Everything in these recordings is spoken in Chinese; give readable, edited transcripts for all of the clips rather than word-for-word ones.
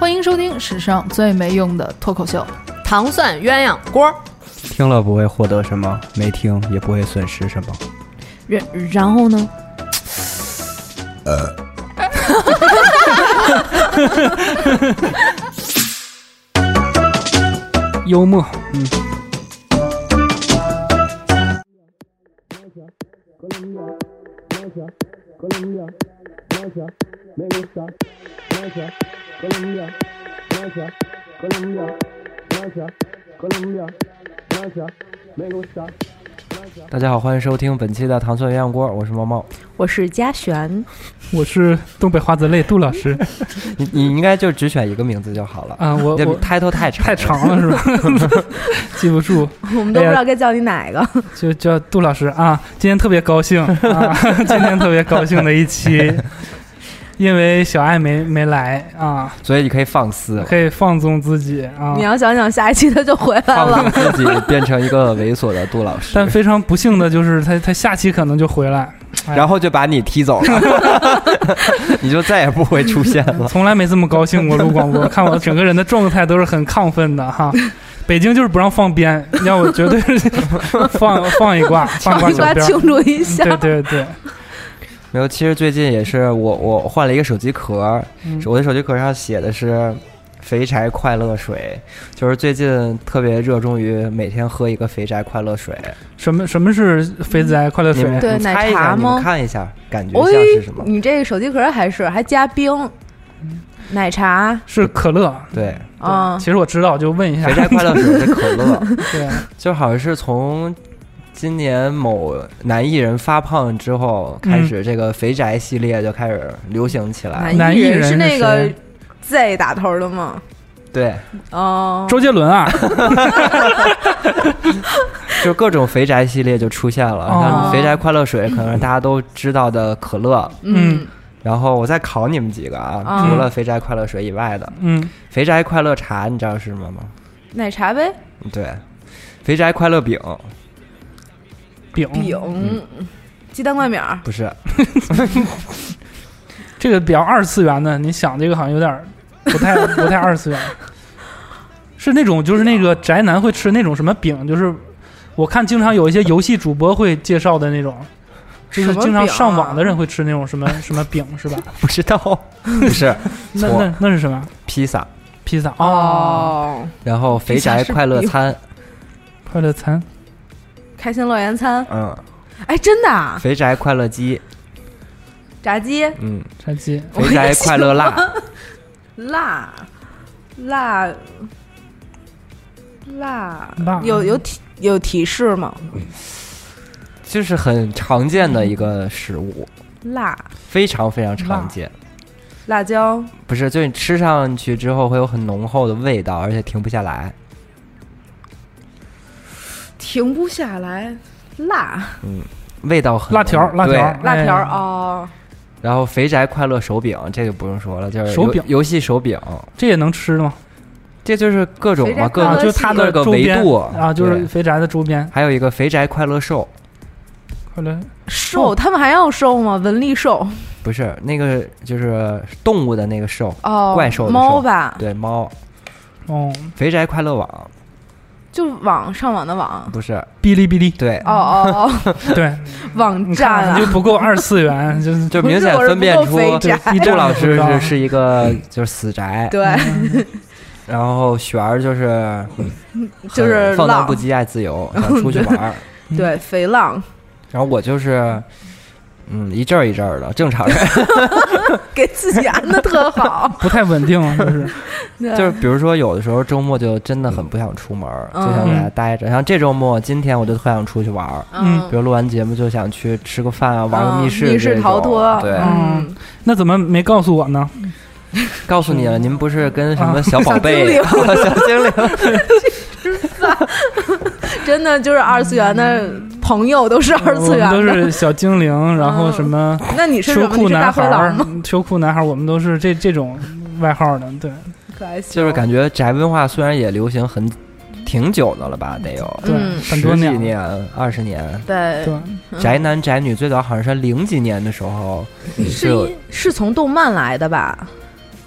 欢迎收听史上最没用的脱口秀《 糖蒜鸳鸯锅》。 听了不会获得什么，没听也不会损失什么。 然后呢？ 幽默， 大家好，欢迎收听本期的糖蒜鸳鸯锅，我是猫猫， 我是嘉璇， 我是东北话子类杜老师。 你应该就只选一个名字就好了啊，我 title 太长了是吧？记不住， 我们都不知道该叫你哪个， 就叫杜老师啊。今天特别高兴啊，今天特别高兴的一期。因为小爱没来啊， 所以你可以放肆， 可以放纵自己啊。 你要想想下一期他就回来了， 放纵自己变成一个猥琐的杜老师。 但非常不幸的就是他下期可能就回来， 然后就把你踢走了，你就再也不会出现了。 从来没这么高兴过录广播，看我整个人的状态都是很亢奋的哈。北京就是不让放鞭，要我绝对是放一挂，放一挂庆祝一下。 对对对。 没有，其实最近也是我换了一个手机壳，我的手机壳上写的是肥宅快乐水，就是最近特别热衷于每天喝一个肥宅快乐水。 什么是肥宅快乐水？ 对， 奶茶吗？你们看一下，感觉像是什么？ 你这个手机壳还加冰，奶茶是可乐。 对啊， 其实我知道，就问一下。 肥宅快乐水是可乐， 对， 就好像是从今年某男艺人发胖之后开始，这个肥宅系列就开始流行起来。 男艺人是那个 Z 打头的吗？ 对， 哦， 周杰伦啊， 就各种肥宅系列就出现了。像肥宅快乐水可能是大家都知道的可乐，然后我再考你们几个啊，除了肥宅快乐水以外的，肥宅快乐茶你知道是什么吗？ 奶茶呗。 对，肥宅快乐饼。 饼， 鸡蛋灌饼不是， 这个比较二次元的，你想这个好像有点不太二次元，是那种就是那个宅男会吃那种什么饼，就是我看经常有一些游戏主播会介绍的那种，就是经常上网的人会吃那种什么饼是吧？ 不知道，不是， 那是什么？ 披萨哦。 然后肥宅快乐餐， 快乐餐。 开心乐园餐，哎，真的啊！ 肥宅快乐鸡， 炸鸡， 炸鸡。 肥宅快乐辣，有提示吗？ 就是很常见的一个食物， 辣， 非常非常常见。 辣椒不是，就你吃上去之后会有很浓厚的味道，而且停不下来。 停不下来，辣， 味道很辣条哦。 然后肥宅快乐手饼，这个不用说了，就是手饼游戏手饼， 这也能吃吗？ 这就是各种嘛，各种就是它的个维度啊，就是肥宅的周边。 还有一个肥宅快乐兽， 兽，他们还要兽吗？文力兽不是那个，就是动物的那个兽，怪兽的兽， 猫吧？ 对，猫。肥宅快乐网。 就上网的网， 不是哔哩哔哩， 对， 对， 网站啊， 就不够二次元， 就明显分辨出杜老师是一个就是死宅， 对， 然后璇儿就是放荡不羁爱自由，想出去玩， 对，肥浪， 然后我就是一阵一阵的正常人， 给自己安的特好， 不太稳定， 就是比如说有的时候周末就真的很不想出门，就想在家待着。像这周末今天我就特想出去玩，比如录完节目就想去吃个饭啊，玩个密室逃脱。 对， 那怎么没告诉我呢？ 告诉你了，您不是跟什么小宝贝、小精灵吃饭？真的就是二次元的朋友都是二次元的， 都是小精灵，然后什么？ 那你是什么？ 秋裤男孩，秋裤男孩，我们都是这种外号的，对。 就是感觉宅文化虽然也流行挺久的了吧，得有很多年，20年。 对， 宅男宅女最早好像是0几年的时候， 是从动漫来的吧？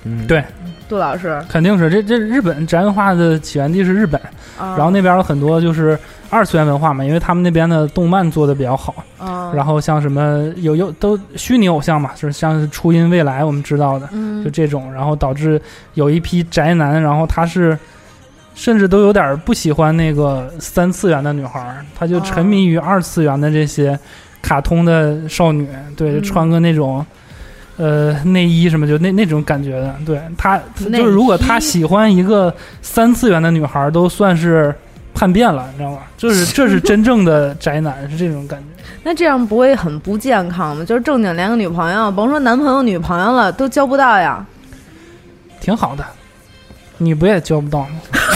对， 杜老师肯定是这日本宅文化的起源地是日本，然后那边有很多就是二次元文化嘛，因为他们那边的动漫做的比较好，然后像什么有都虚拟偶像嘛，就是像是初音未来我们知道的，就这种，然后导致有一批宅男，然后他是甚至都有点不喜欢那个3次元的女孩，他就沉迷于2次元的这些卡通的少女，对，穿个那种内衣什么，就那种感觉的。对，他就是如果他喜欢一个3次元的女孩，都算是叛变了，你知道吗？这是真正的宅男，是这种感觉。 那这样不会很不健康吗？就是正经连个女朋友，甭说男朋友女朋友了，都交不到呀。 挺好的，你不也交不到吗？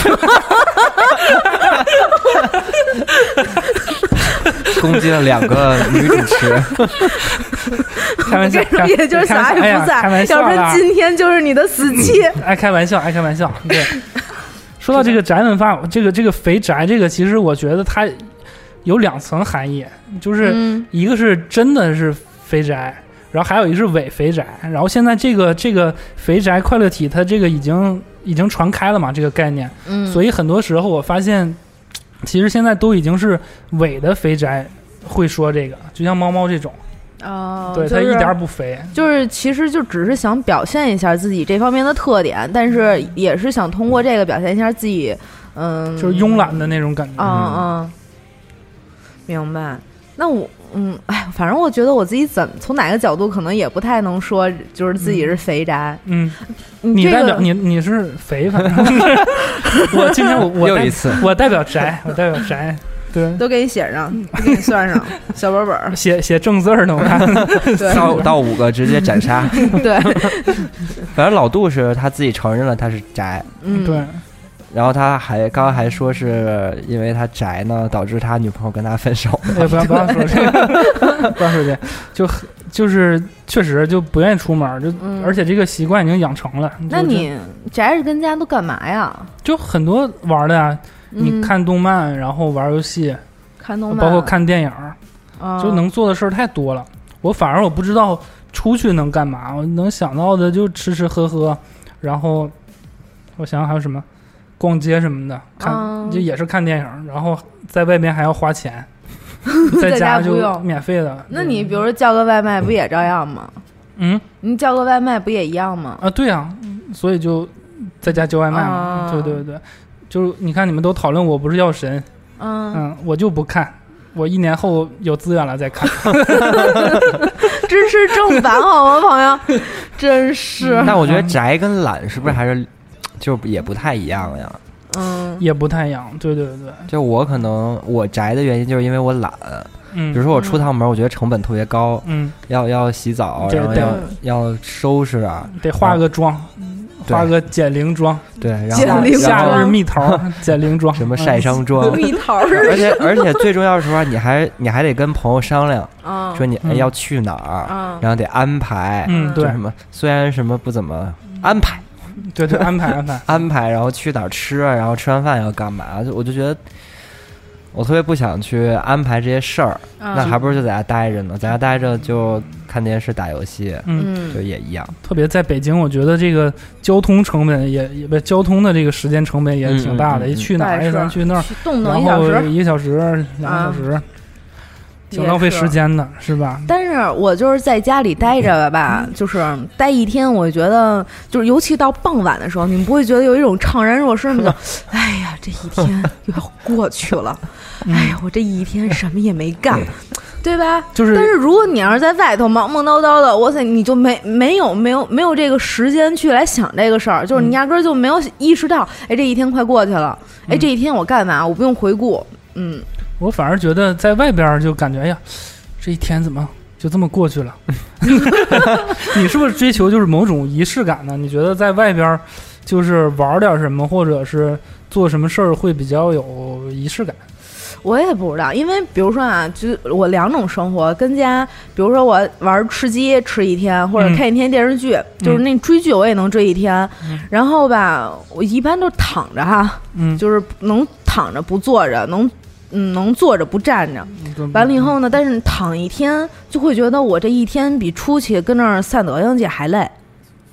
攻击了2个女主持， 开玩笑， 也就是小爱不在，要不然今天就是你的死期。 爱开玩笑，爱开玩笑。对，说到这个宅文化，这个肥宅，这个其实我觉得它有2层含义，就是一个是真的是肥宅，然后还有一个是伪肥宅。然后现在这个肥宅快乐体，它这个已经传开了嘛，这个概念。所以很多时候我发现，其实现在都已经是伪的肥宅会说这个，就像猫猫这种。对，他一点不肥， 就是其实就只是想表现一下自己这方面的特点，但是也是想通过这个表现一下自己， 就是慵懒的那种感觉。 明白。那我反正我觉得我自己从哪个角度可能也不太能说，就是自己是肥宅。 你代表你是肥，反正我今天我又一次， 我代表宅，我代表宅。对， 都给你写上，都给你算上小本本， 写正字呢，我看。 到5个直接斩杀。 对， 反正老杜是他自己承认了他是宅， 对。 然后他刚刚还说是因为他宅呢，导致他女朋友跟他分手。 不要说这个，不要说这个，就是确实就不愿意出门，而且这个习惯已经养成了。 那你宅着跟家都干嘛呀？ 就很多玩的呀。你看动漫，然后玩游戏， 看动漫， 包括看电影，就能做的事儿太多了。我反而不知道出去能干嘛，我能想到的就吃吃喝喝，然后我想想还有什么，逛街什么的，就也是看电影，然后在外边还要花钱，在家就免费的。 那你比如说叫个外卖不也照样吗？你叫个外卖不也一样吗？ 对啊，所以就在家叫外卖嘛。对对对。就是你看你们都讨论我不是药神，我就不看，我1年后有资源了再看。 支持正版好吗，朋友？真是。 但我觉得宅跟懒是不是还是就也不太一样呀？ 也不太一样。对对对。 就我可能我宅的原因就是因为我懒。比如说我出趟门，我觉得成本特别高。要洗澡，然后要收拾啊， 得化个妆。化个减龄妆， 对，然后夏日蜜桃减龄妆， 什么晒伤妆， 蜜桃， 而且最重要的时候，你还得跟朋友商量，说你要去哪儿，然后得安排， 对， 什么虽然什么不怎么安排， 对，安排， 然后去哪儿吃，然后吃完饭要干嘛，我就觉得。我特别不想去安排这些事儿，那还不如就在家待着呢。在家待着就看电视、打游戏，就也一样。 特别在北京，我觉得这个交通成本也不交通的这个时间成本也挺大的。一去哪儿，咱去那儿， 动不动 1个小时、2个小时，挺浪费时间的，是吧？ 但是我就是在家里待着吧，就是待一天，我觉得就是尤其到傍晚的时候，你们不会觉得有一种怅然若失吗？就哎呀，这一天又要过去了。哎呀，我这一天什么也没干，对吧？就是，但是如果你要是在外头忙忙叨叨的，哇塞，你就没有这个时间去来想这个事儿，就是你压根儿就没有意识到，哎，这一天快过去了，哎，这一天我干嘛？我不用回顾， 我反而觉得在外边就感觉，哎呀，这一天怎么就这么过去了？你是不是追求就是某种仪式感呢？你觉得在外边就是玩点什么，或者是做什么事儿会比较有仪式感？ 我也不知道，因为比如说啊，就我2种生活跟家，比如说我玩吃鸡吃一天，或者看一天电视剧，就是那追剧我也能追一天，然后吧，我一般都躺着哈，就是能躺着不坐着，能坐着不站着，完了以后呢，但是躺一天就会觉得我这一天比出去跟那儿散德行去还累。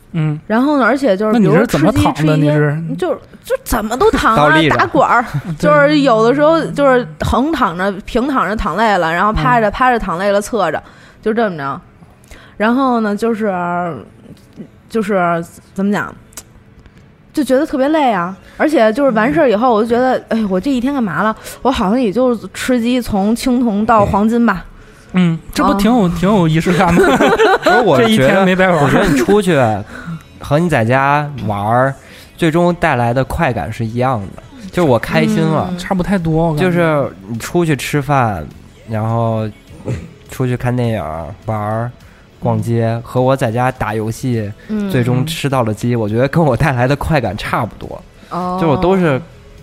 然后呢，而且就是那你是怎么躺的？你是就怎么都躺啊，打滚儿，就是有的时候就是横躺着、平躺着躺累了，然后趴着躺累了侧着，就这么着。然后呢，就是怎么讲，就觉得特别累啊。而且就是完事儿以后，我就觉得，哎，我这一天干嘛了？我好像也就吃鸡从青铜到黄金吧。 这不挺有仪式感吗？ 这一天没白玩。 我觉得你出去和你在家玩，最终带来的快感是一样的，就是我开心了， 差不太多。 就是你出去吃饭，然后出去看电影、玩、逛街，和我在家打游戏，最终吃到了鸡，我觉得跟我带来的快感差不多。就我都是，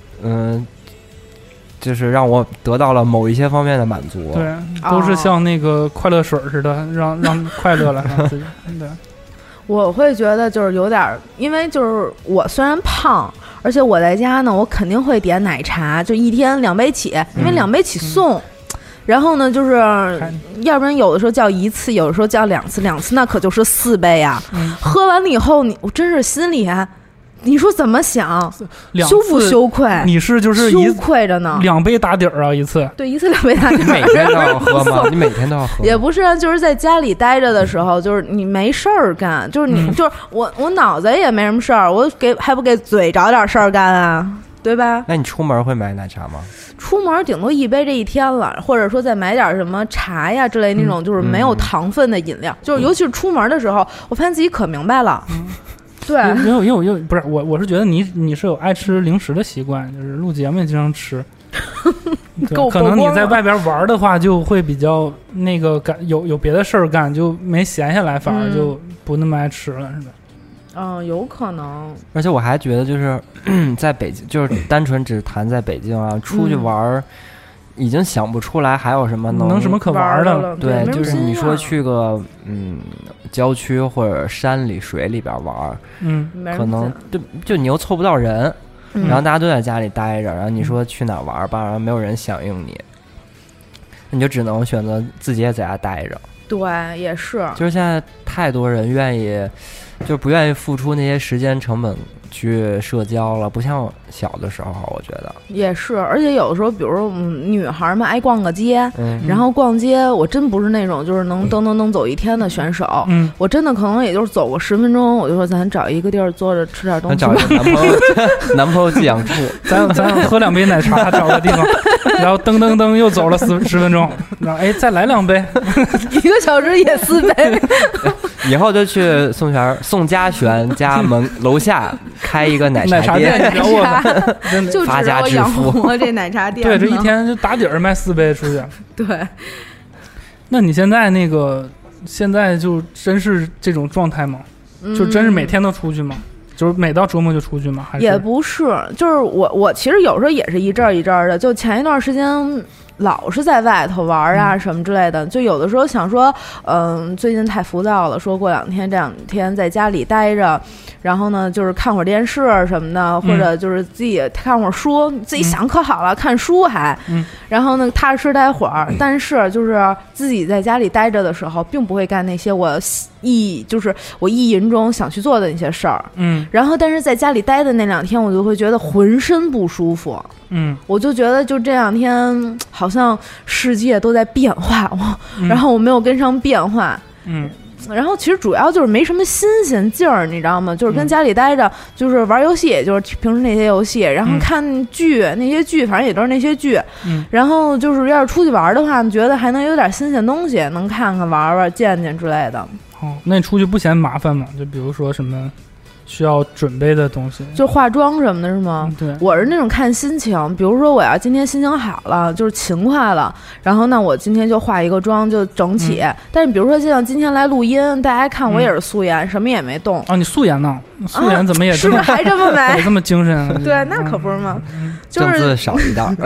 就是让我得到了某一些方面的满足。 对，都是像那个快乐水似的，让快乐了让自己。对， 我会觉得就是有点，因为就是我虽然胖，而且我在家呢，我肯定会点奶茶，就一天2杯起，因为2杯起送。然后呢，就是要不然有的时候叫1次，有的时候叫2次，2次那可就是4杯呀。喝完了以后，我真是心里你说怎么想？羞不羞愧？ 你是就是羞愧着呢 ，2杯打底儿啊，1次。 对，1次2杯打底儿。 你每天都要喝吗？你每天都要喝？ 也不是，就是在家里待着的时候，就是你没事儿干，就是你就是我脑子也没什么事儿，我还不给嘴找点事儿干啊，对吧？ 那你出门会买奶茶吗？ 出门顶多1杯这一天了，或者说再买点什么茶呀之类那种就是没有糖分的饮料，就是尤其是出门的时候，我发现自己可明白了。对， 有不是我是觉得你是有爱吃零食的习惯，就是录节目也经常吃。可能你在外边玩的话，就会比较那个有别的事儿干，就没闲下来，反而就不那么爱吃了，是吧？ 有可能。 而且我还觉得就是在北京，就是单纯只谈在北京啊，出去玩。已经想不出来还有什么能什么可玩的了。 对，就是你说去个郊区或者山里水里边玩，可能就你又凑不到人，然后大家都在家里待着，然后你说去哪玩吧，然后没有人响应你，你就只能选择自己也在家待着。 对，也是。 就是现在太多人就不愿意付出那些时间成本去社交了，不像小的时候，我觉得也是。而且有的时候，比如说女孩们爱逛个街，然后逛街，我真不是那种就是能蹬走一天的选手，我真的可能也就是走个10分钟，我就说咱找一个地儿坐着吃点东西， 找一个男朋友寄养处， 咱喝2杯奶茶，找个地方，然后噔又走了10分钟，然后再来2杯 ，1个小时也4杯。 以后就去宋家璇家门楼下开一个奶茶店， 就发家致富。 这奶茶店， 对，这一天就打底儿卖4杯出去。 对。 那你现在就真是这种状态吗？就真是每天都出去吗？就是每到周末就出去吗？还是也不是，就是我其实有时候也是一阵一阵的，就前一段时间。老是在外头玩啊什么之类的，就有的时候想说，最近太浮躁了，说过这2天在家里待着，然后呢就是看会儿电视什么的，或者就是自己看会儿书，自己想可好了，看书还，然后呢踏实待会儿，但是就是自己在家里待着的时候，并不会干那些我意淫中想去做的那些事儿，然后但是在家里待的那2天，我就会觉得浑身不舒服，我就觉得就这2天好像世界都在变化，然后我没有跟上变化，然后其实主要就是没什么新鲜劲儿，你知道吗？就是跟家里待着，就是玩游戏，也就是平时那些游戏，然后看剧，那些剧反正也都是那些剧，然后就是要是出去玩的话，觉得还能有点新鲜东西，能看看玩玩见之类的。 那你出去不嫌麻烦吗？就比如说什么需要准备的东西， 就化妆什么的是吗？ 对， 我是那种看心情，比如说我要今天心情好了，就是勤快了，然后那我今天就化一个妆就整起，但是比如说像今天来录音，大家看我也是素颜，什么也没动。 你素颜呢？素颜怎么也是不是还这么美？ 这么精神？ 对，那可不是吗？就是正字少一道，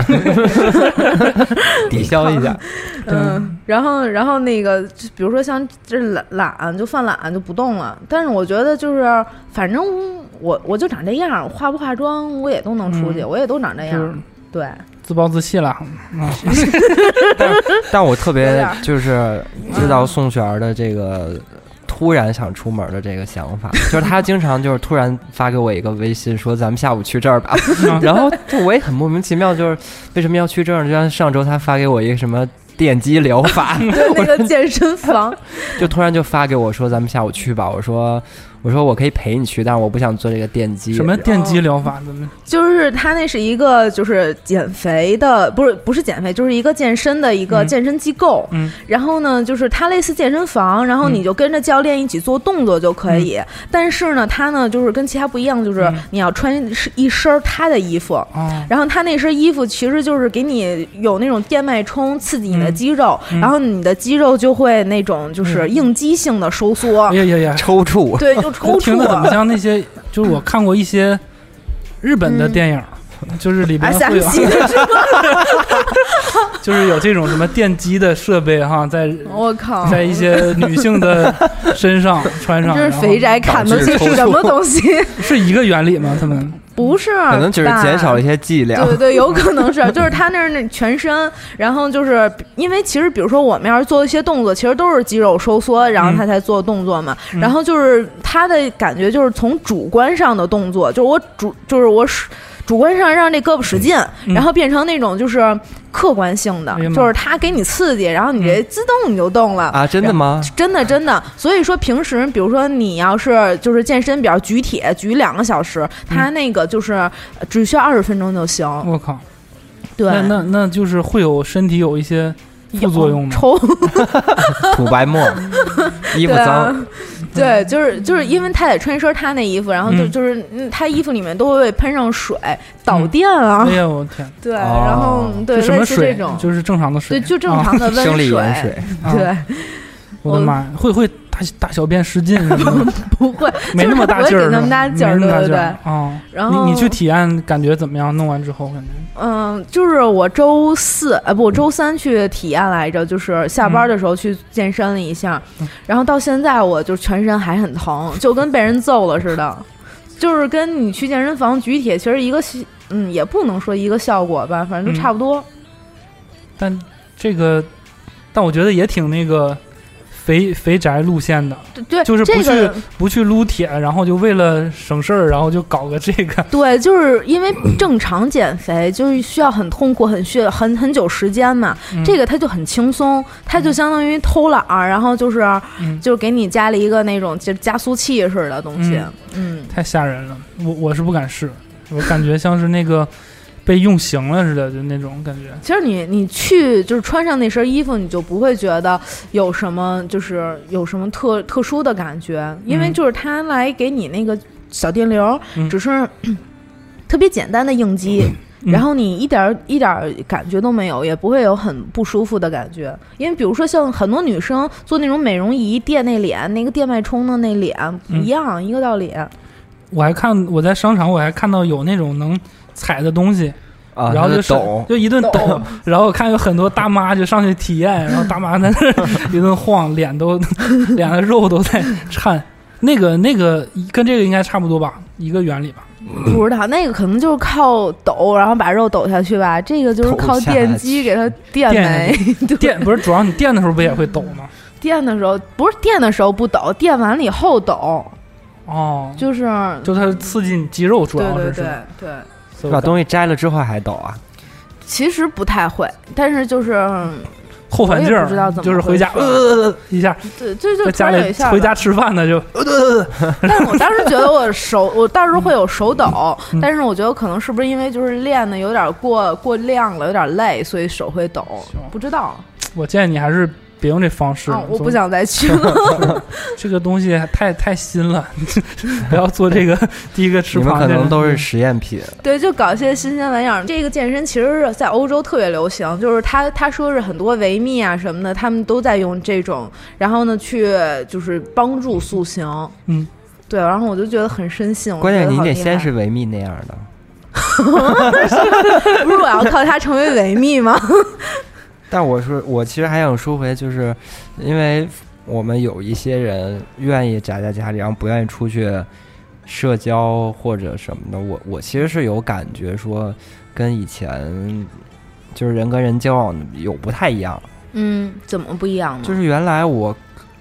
抵消一下。 然后那个，比如说像这懒就犯懒就不动了，但是我觉得就是反正我就长这样，化不化妆我也都能出去，我也都长这样，对， 自暴自弃了。 但我特别就是知道宋璇的这个突然想出门的这个想法，就是他经常就是突然发给我一个微信说咱们下午去这儿吧，然后就我也很莫名其妙，就是为什么要去这儿？就像上周他发给我一个什么电击疗法， 对，那个健身房， 就突然就发给我说咱们下午去吧。我说我可以陪你去，但是我不想做这个电击。 什么电击疗法？ 就是他那是一个就是减肥的，不是减肥，就是一个健身的一个健身机构。然后呢，就是它类似健身房，然后你就跟着教练一起做动作就可以。但是呢，它呢就是跟其他不一样，就是你要穿一身他的衣服。然后他那身衣服其实就是给你有那种电脉冲刺激你的肌肉，然后你的肌肉就会那种就是应激性的收缩， 抽搐。 对，就抽搐。 听着怎么像那些？就是我看过一些日本的电影，就是里边会有，就是有这种什么电击的设备哈， 我靠， 在一些女性的身上穿上。 这是肥宅看得起什么东西？ 是一个原理吗？他们？ 不是， 可能只是减少一些剂量。 对对，有可能是，就是他那全身，然后就是因为其实比如说我们要是做一些动作，其实都是肌肉收缩，然后他才做动作嘛。然后就是他的感觉就是从主观上的动作，就是我主观上让这胳膊使劲，然后变成那种就是客观性的，就是他给你刺激，然后你这自动你就动了啊！真的吗？ 真的。所以说平时比如说你要是就是健身，比如举铁举2个小时，他那个就是只需要20分钟就行。 我靠！ 对， 那就是会有身体有一些副作用吗？ 抽吐白沫，衣服脏。 对，就是因为他得穿一身他那衣服，然后就是他衣服里面都会被喷上水，导电啊！ 哎呀，我天！ 对，然后对， 什么水？ 这种就是正常的水， 对，就正常的温水。 生理盐水。 对， 我的妈呀，会大小便失禁什么的？ 不会， 没那么大劲儿， 那么大劲儿，对对。 哦， 然后你去体验感觉怎么样？弄完之后感觉？ 就是我周3去体验来着，就是下班的时候去健身了一下，然后到现在我就全身还很疼，就跟被人揍了似的，就是跟你去健身房举铁其实一个也不能说一个效果吧，反正就差不多。 但我觉得也挺那个。肥宅路线的， 对， 就是不去撸铁，然后就为了省事儿，然后就搞个这个。 对，就是因为正常减肥就是需要很痛苦，很久时间嘛。这个它就很轻松，它就相当于偷懒儿，然后就是给你加了一个那种就加速器似的东西。 太吓人了，我是不敢试，我感觉像是那个。被用刑了似的，就那种感觉。 其实你去就是穿上那身衣服，你就不会觉得有什么特殊的感觉，因为就是他来给你那个小电流，只是特别简单的应激，然后你一点感觉都没有，也不会有很不舒服的感觉。因为比如说像很多女生做那种美容仪电那脸，那个电脉冲的那脸不一样，一个道理。 我在商场我还看到有那种能踩的东西，然后就一顿抖，然后我看有很多大妈就上去体验，然后大妈在那一顿晃，脸的肉都在颤。那个跟这个应该差不多吧，一个原理吧。 不知道，那个可能就是靠抖，然后把肉抖下去吧。这个就是靠电击给它电没。 电不是主要你电的时候不也会抖吗？ 电的时候不是电的时候不抖，电完了以后抖。 哦， 就它刺激肌肉，主要是对。 把东西摘了之后还抖啊？ 其实不太会，但是就是后反劲儿， 不知道怎么就是回家一下， 对，就在家里回家吃饭呢就但是我当时觉得我当时会有手抖，但是我觉得可能是不是因为就是练的有点过量了，有点累，所以手会抖，不知道。 我建议你还是别用这方式， 我不想再去了。 这个东西太新了，不要做这个第一个吃螃蟹。 你们可能都是实验品。 对，就搞一些新鲜玩意儿。这个健身其实是在欧洲特别流行，就是他说是很多维密啊什么的，他们都在用这种，然后呢去就是帮助塑形。对，然后我就觉得很深信。 关键你得先是维密那样的。 不是我要靠它成为维密吗？ 但我其实还想说回，就是因为我们有一些人愿意宅在家里，然后不愿意出去社交或者什么的。我其实是有感觉说，跟以前就是人跟人交往有不太一样。 怎么不一样呢？ 就是原来我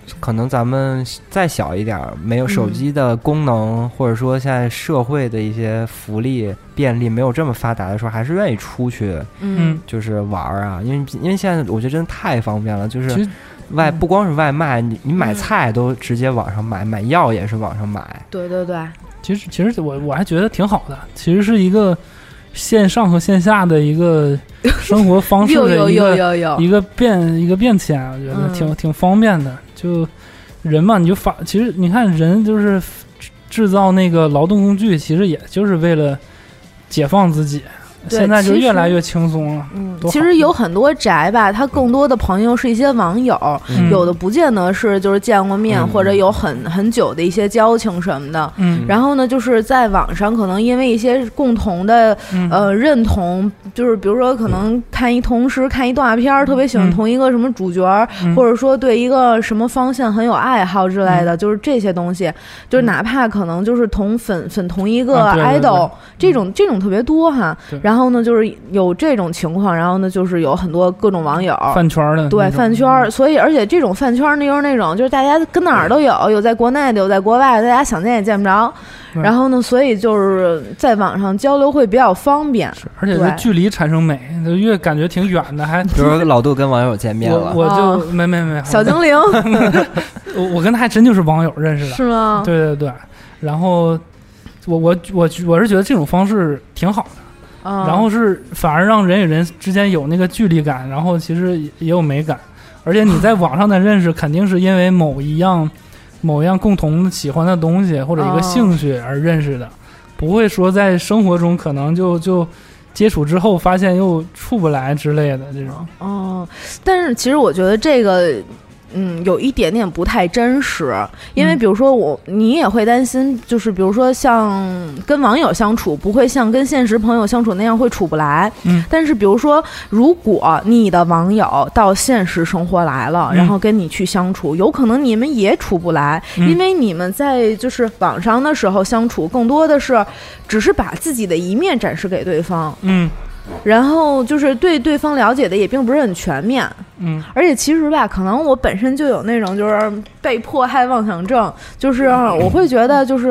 可能咱们再小一点，没有手机的功能，或者说现在社会的一些福利便利没有这么发达的时候，还是愿意出去，就是玩啊。因为现在我觉得真的太方便了，就是不光是外卖，你买菜都直接网上买，买药也是网上买。 对对对， 其实我还觉得挺好的，其实是一个线上和线下的一个生活方式的一个变迁，我觉得挺方便的。就人嘛，你就其实你看人就是制造那个劳动工具，其实也就是为了解放自己。现在就越来越轻松了。 其实有很多宅吧，他更多的朋友是一些网友，有的不见得是就是见过面，或者有很久的一些交情什么的。然后呢，就是在网上可能因为一些共同的认同，就是比如说可能同时看一动画片，特别喜欢同一个什么主角，或者说对一个什么方向很有爱好之类的，就是这些东西，就是哪怕可能就是粉同一个 idol，这种特别多哈。然后呢，就是有这种情况，然后呢，就是有很多各种网友饭圈的， 对饭圈，所以而且这种饭圈呢，又是那种就是大家跟哪儿都有在国内的，有在国外的，大家想见也见不着。然后呢，所以就是在网上交流会比较方便， 而且是距离产生美，就越感觉挺远的。还比如说老杜跟网友见面了， 我就没小精灵， 我跟他还真就是网友认识的， 是吗？ 对，然后我是觉得这种方式挺好的。然后是反而让人与人之间有那个距离感，然后其实也有美感，而且你在网上的认识肯定是因为某一样共同喜欢的东西或者一个兴趣而认识的，不会说在生活中可能就接触之后发现又处不来之类的这种。 但是其实我觉得这个有一点点不太真实，因为比如说你也会担心，就是比如说像跟网友相处不会像跟现实朋友相处那样会处不来，但是比如说如果你的网友到现实生活来了，然后跟你去相处，有可能你们也处不来，因为你们在就是网上的时候相处更多的是只是把自己的一面展示给对方，然后就是对对方了解的也并不是很全面，而且其实吧，可能我本身就有那种就是被迫害妄想症，就是我会觉得就是，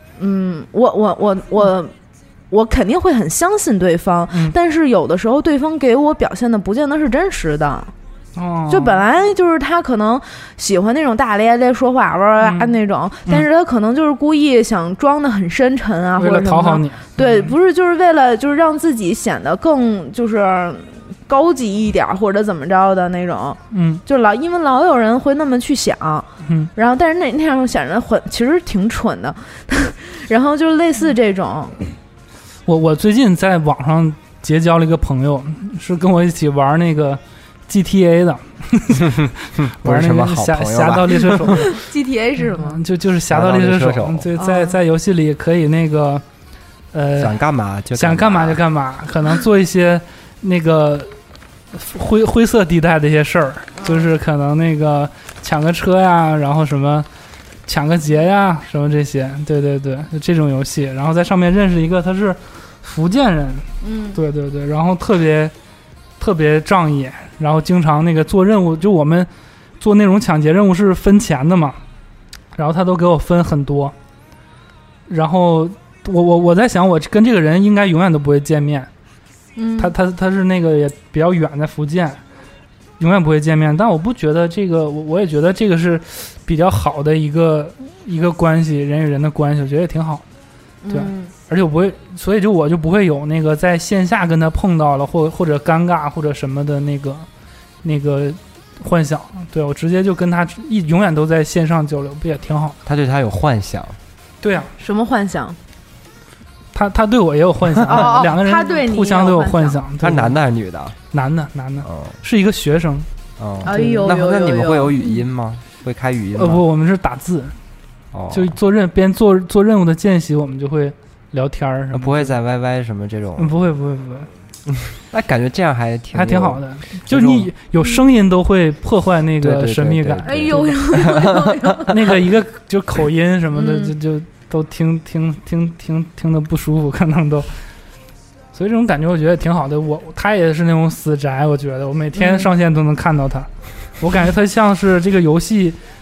我肯定会很相信对方，但是有的时候对方给我表现的不见得是真实的。就本来就是他可能喜欢那种大咧咧说话那种，但是他可能就是故意想装得很深沉啊，或者讨好你。 对，不是就是为了就是让自己显得更就是高级一点或者怎么着的那种。就因为老有人会那么去想，然后但是那样显得其实挺蠢的，然后就是类似这种。 我最近在网上结交了一个朋友，是跟我一起玩那个GTA 的，玩那个侠盗猎车手。 GTA 是什么？ 就是侠盗猎车手。就在游戏里可以那个想干嘛就干嘛，可能做一些那个灰色地带的一些事儿，就是可能那个抢个车呀，然后什么抢个劫呀，什么这些。对，就这种游戏。然后在上面认识一个，他是福建人。对，然后特别仗义。然后经常那个做任务，就我们做那种抢劫任务是分钱的嘛，然后他都给我分很多。然后我在想，我跟这个人应该永远都不会见面。他是那个也比较远，在福建，永远不会见面。但我不觉得这个，我也觉得这个是比较好的一个关系，人与人的关系，我觉得也挺好。对，而且我不会，所以我就不会有那个在线下跟他碰到了或者尴尬或者什么的那个幻想。对，我直接就跟他永远都在线上交流，不也挺好？ 他对他有幻想。 对啊，什么幻想？ 他对我也有幻想，两个人互相都有幻想。 他男的还是女的？ 男的，是一个学生。 哎呦， 那你们会有语音吗？会开语音吗？ 不，我们是打字。就边做任务的间隙，我们就会聊天什么。 不会在 YY 什么这种。 不会。 那感觉这样还挺好的，就是你有声音都会破坏那个神秘感。 哎呦， 那个一个就口音什么的，就都听得不舒服，可能都。所以这种感觉我觉得挺好的。他也是那种死宅，我觉得我每天上线都能看到他。我感觉他像是这个游戏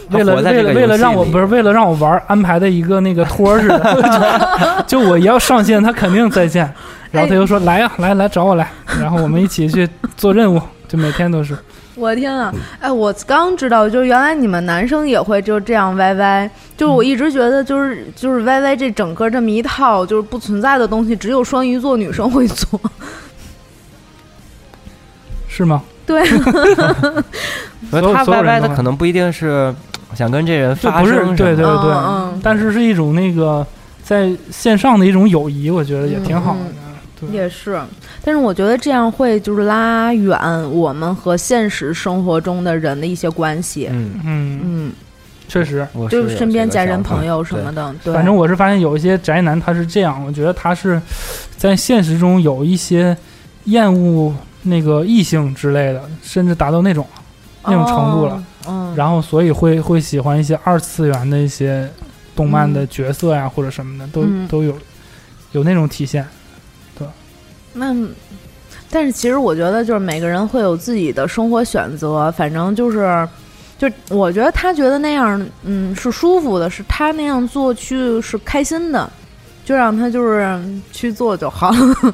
为了让我不是为了让我玩安排的一个那个托似的，就我一要上线，他肯定在线，然后他就说来呀，来找我来，然后我们一起去做任务，就每天都是。 我天啊！哎，我刚知道，就是原来你们男生也会就这样 YY， 就是我一直觉得就是 YY 这整个这么一套就是不存在的东西，只有双鱼座女生会做， 是吗？ 对， 他 YY 的可能不一定是想跟这人发生， 对，但是是一种那个在线上的一种友谊，我觉得也挺好的。 也是，但是我觉得这样会就是拉远我们和现实生活中的人的一些关系。 确实， 就是身边家人朋友什么的。对， 反正我是发现有一些宅男他是这样，我觉得他是在现实中有一些厌恶那个异性之类的，甚至达到那种程度了。然后所以会喜欢一些二次元的一些动漫的角色呀，或者什么的，都有那种体现。 那，但是其实我觉得就是每个人会有自己的生活选择，反正就我觉得他觉得那样是舒服的，是他那样做是开心的，就让他就是去做就好。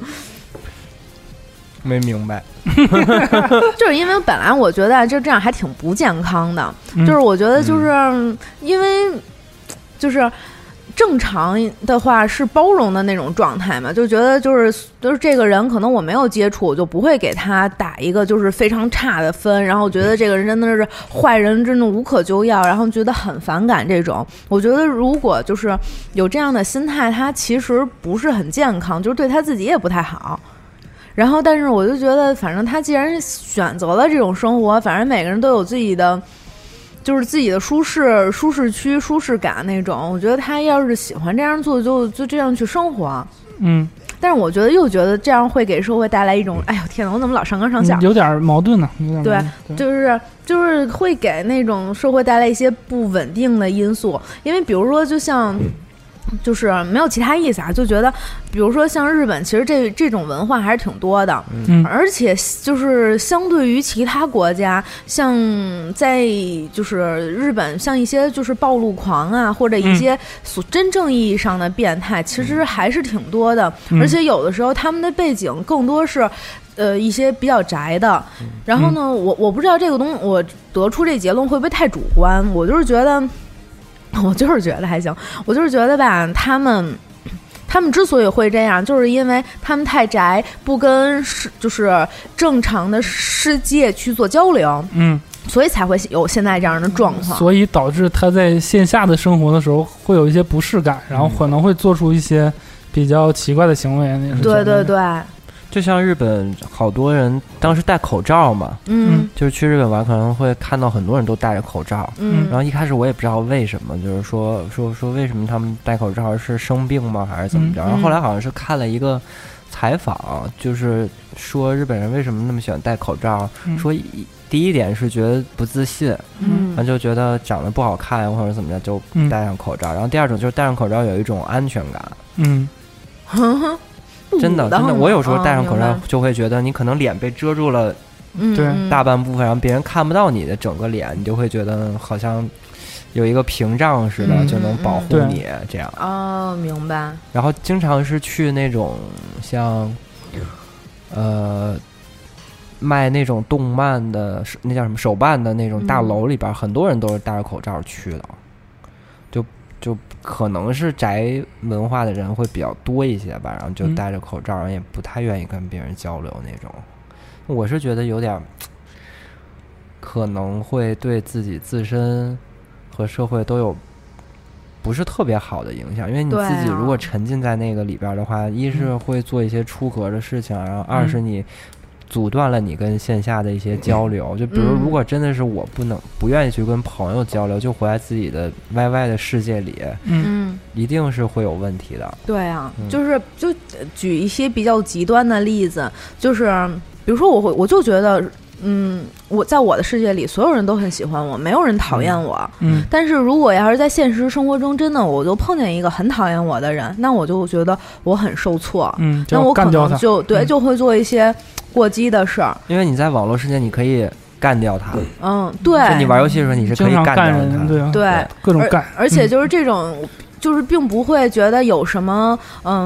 没明白。 就是因为本来我觉得就这样还挺不健康的，就是我觉得就是因为就是正常的话是包容的那种状态嘛，就觉得就是这个人可能我没有接触，我就不会给他打一个就是非常差的分，然后觉得这个人真的是坏人，真的无可救药，然后觉得很反感这种。我觉得如果就是有这样的心态，他其实不是很健康，就是对他自己也不太好。然后但是我就觉得反正他既然选择了这种生活，反正每个人都有自己的就是自己的舒适区、舒适感那种。我觉得他要是喜欢这样做，就这样去生活。但是我觉得这样会给社会带来一种，哎呦天哪，我怎么老上纲上线？ 有点矛盾呢。 对，就是会给那种社会带来一些不稳定的因素。因为比如说，就像。就是没有其他意思啊，就觉得比如说像日本，其实这种文化还是挺多的，而且就是相对于其他国家，像在就是日本，像一些就是暴露狂啊，或者一些真正意义上的变态，其实还是挺多的，而且有的时候他们的背景更多是一些比较宅的。然后呢，我不知道这个东西，我得出这结论会不会太主观？我就是觉得还行，我就是觉得吧，他们之所以会这样，就是因为他们太宅，不跟就是正常的世界去做交流，所以才会有现在这样的状况。 所以导致他在线下的生活的时候会有一些不适感，然后可能会做出一些比较奇怪的行为。 对。 就像日本好多人当时戴口罩嘛，就是去日本玩可能会看到很多人都戴着口罩，然后一开始我也不知道为什么，就是说为什么他们戴口罩，是生病吗还是怎么着？然后后来好像是看了一个采访，就是说日本人为什么那么喜欢戴口罩，说第一点是觉得不自信，然后就觉得长得不好看或者怎么着就戴上口罩，然后第二种就是戴上口罩有一种安全感，真的，我有时候戴上口罩就会觉得你可能脸被遮住了，大半部分，然后别人看不到你的整个脸，你就会觉得好像有一个屏障似的，就能保护你这样。 哦，明白。 然后经常是去那种像，卖那种动漫的，那叫什么手办的那种大楼里边，很多人都是戴着口罩去的，就可能是宅文化的人会比较多一些吧，然后就戴着口罩，然后也不太愿意跟别人交流那种。我是觉得有点可能会对自己自身和社会都有不是特别好的影响，因为你自己如果沉浸在那个里边的话，一是会做一些出格的事情，然后二是你阻断了你跟线下的一些交流，就比如如果真的是我不愿意去跟朋友交流，就活在自己的 YY 的世界里，一定是会有问题的。 对啊，就举一些比较极端的例子，就是比如说我就觉得我在我的世界里所有人都很喜欢我，没有人讨厌我，但是如果要是在现实生活中真的我就碰见一个很讨厌我的人，那我就觉得我很受挫，那我可能就会做一些过激的事儿。 因为你在网络世界你可以干掉他。 对， 就你玩游戏的时候你是可以干掉他， 对， 各种干， 而且就是这种。就是并不会觉得有什么，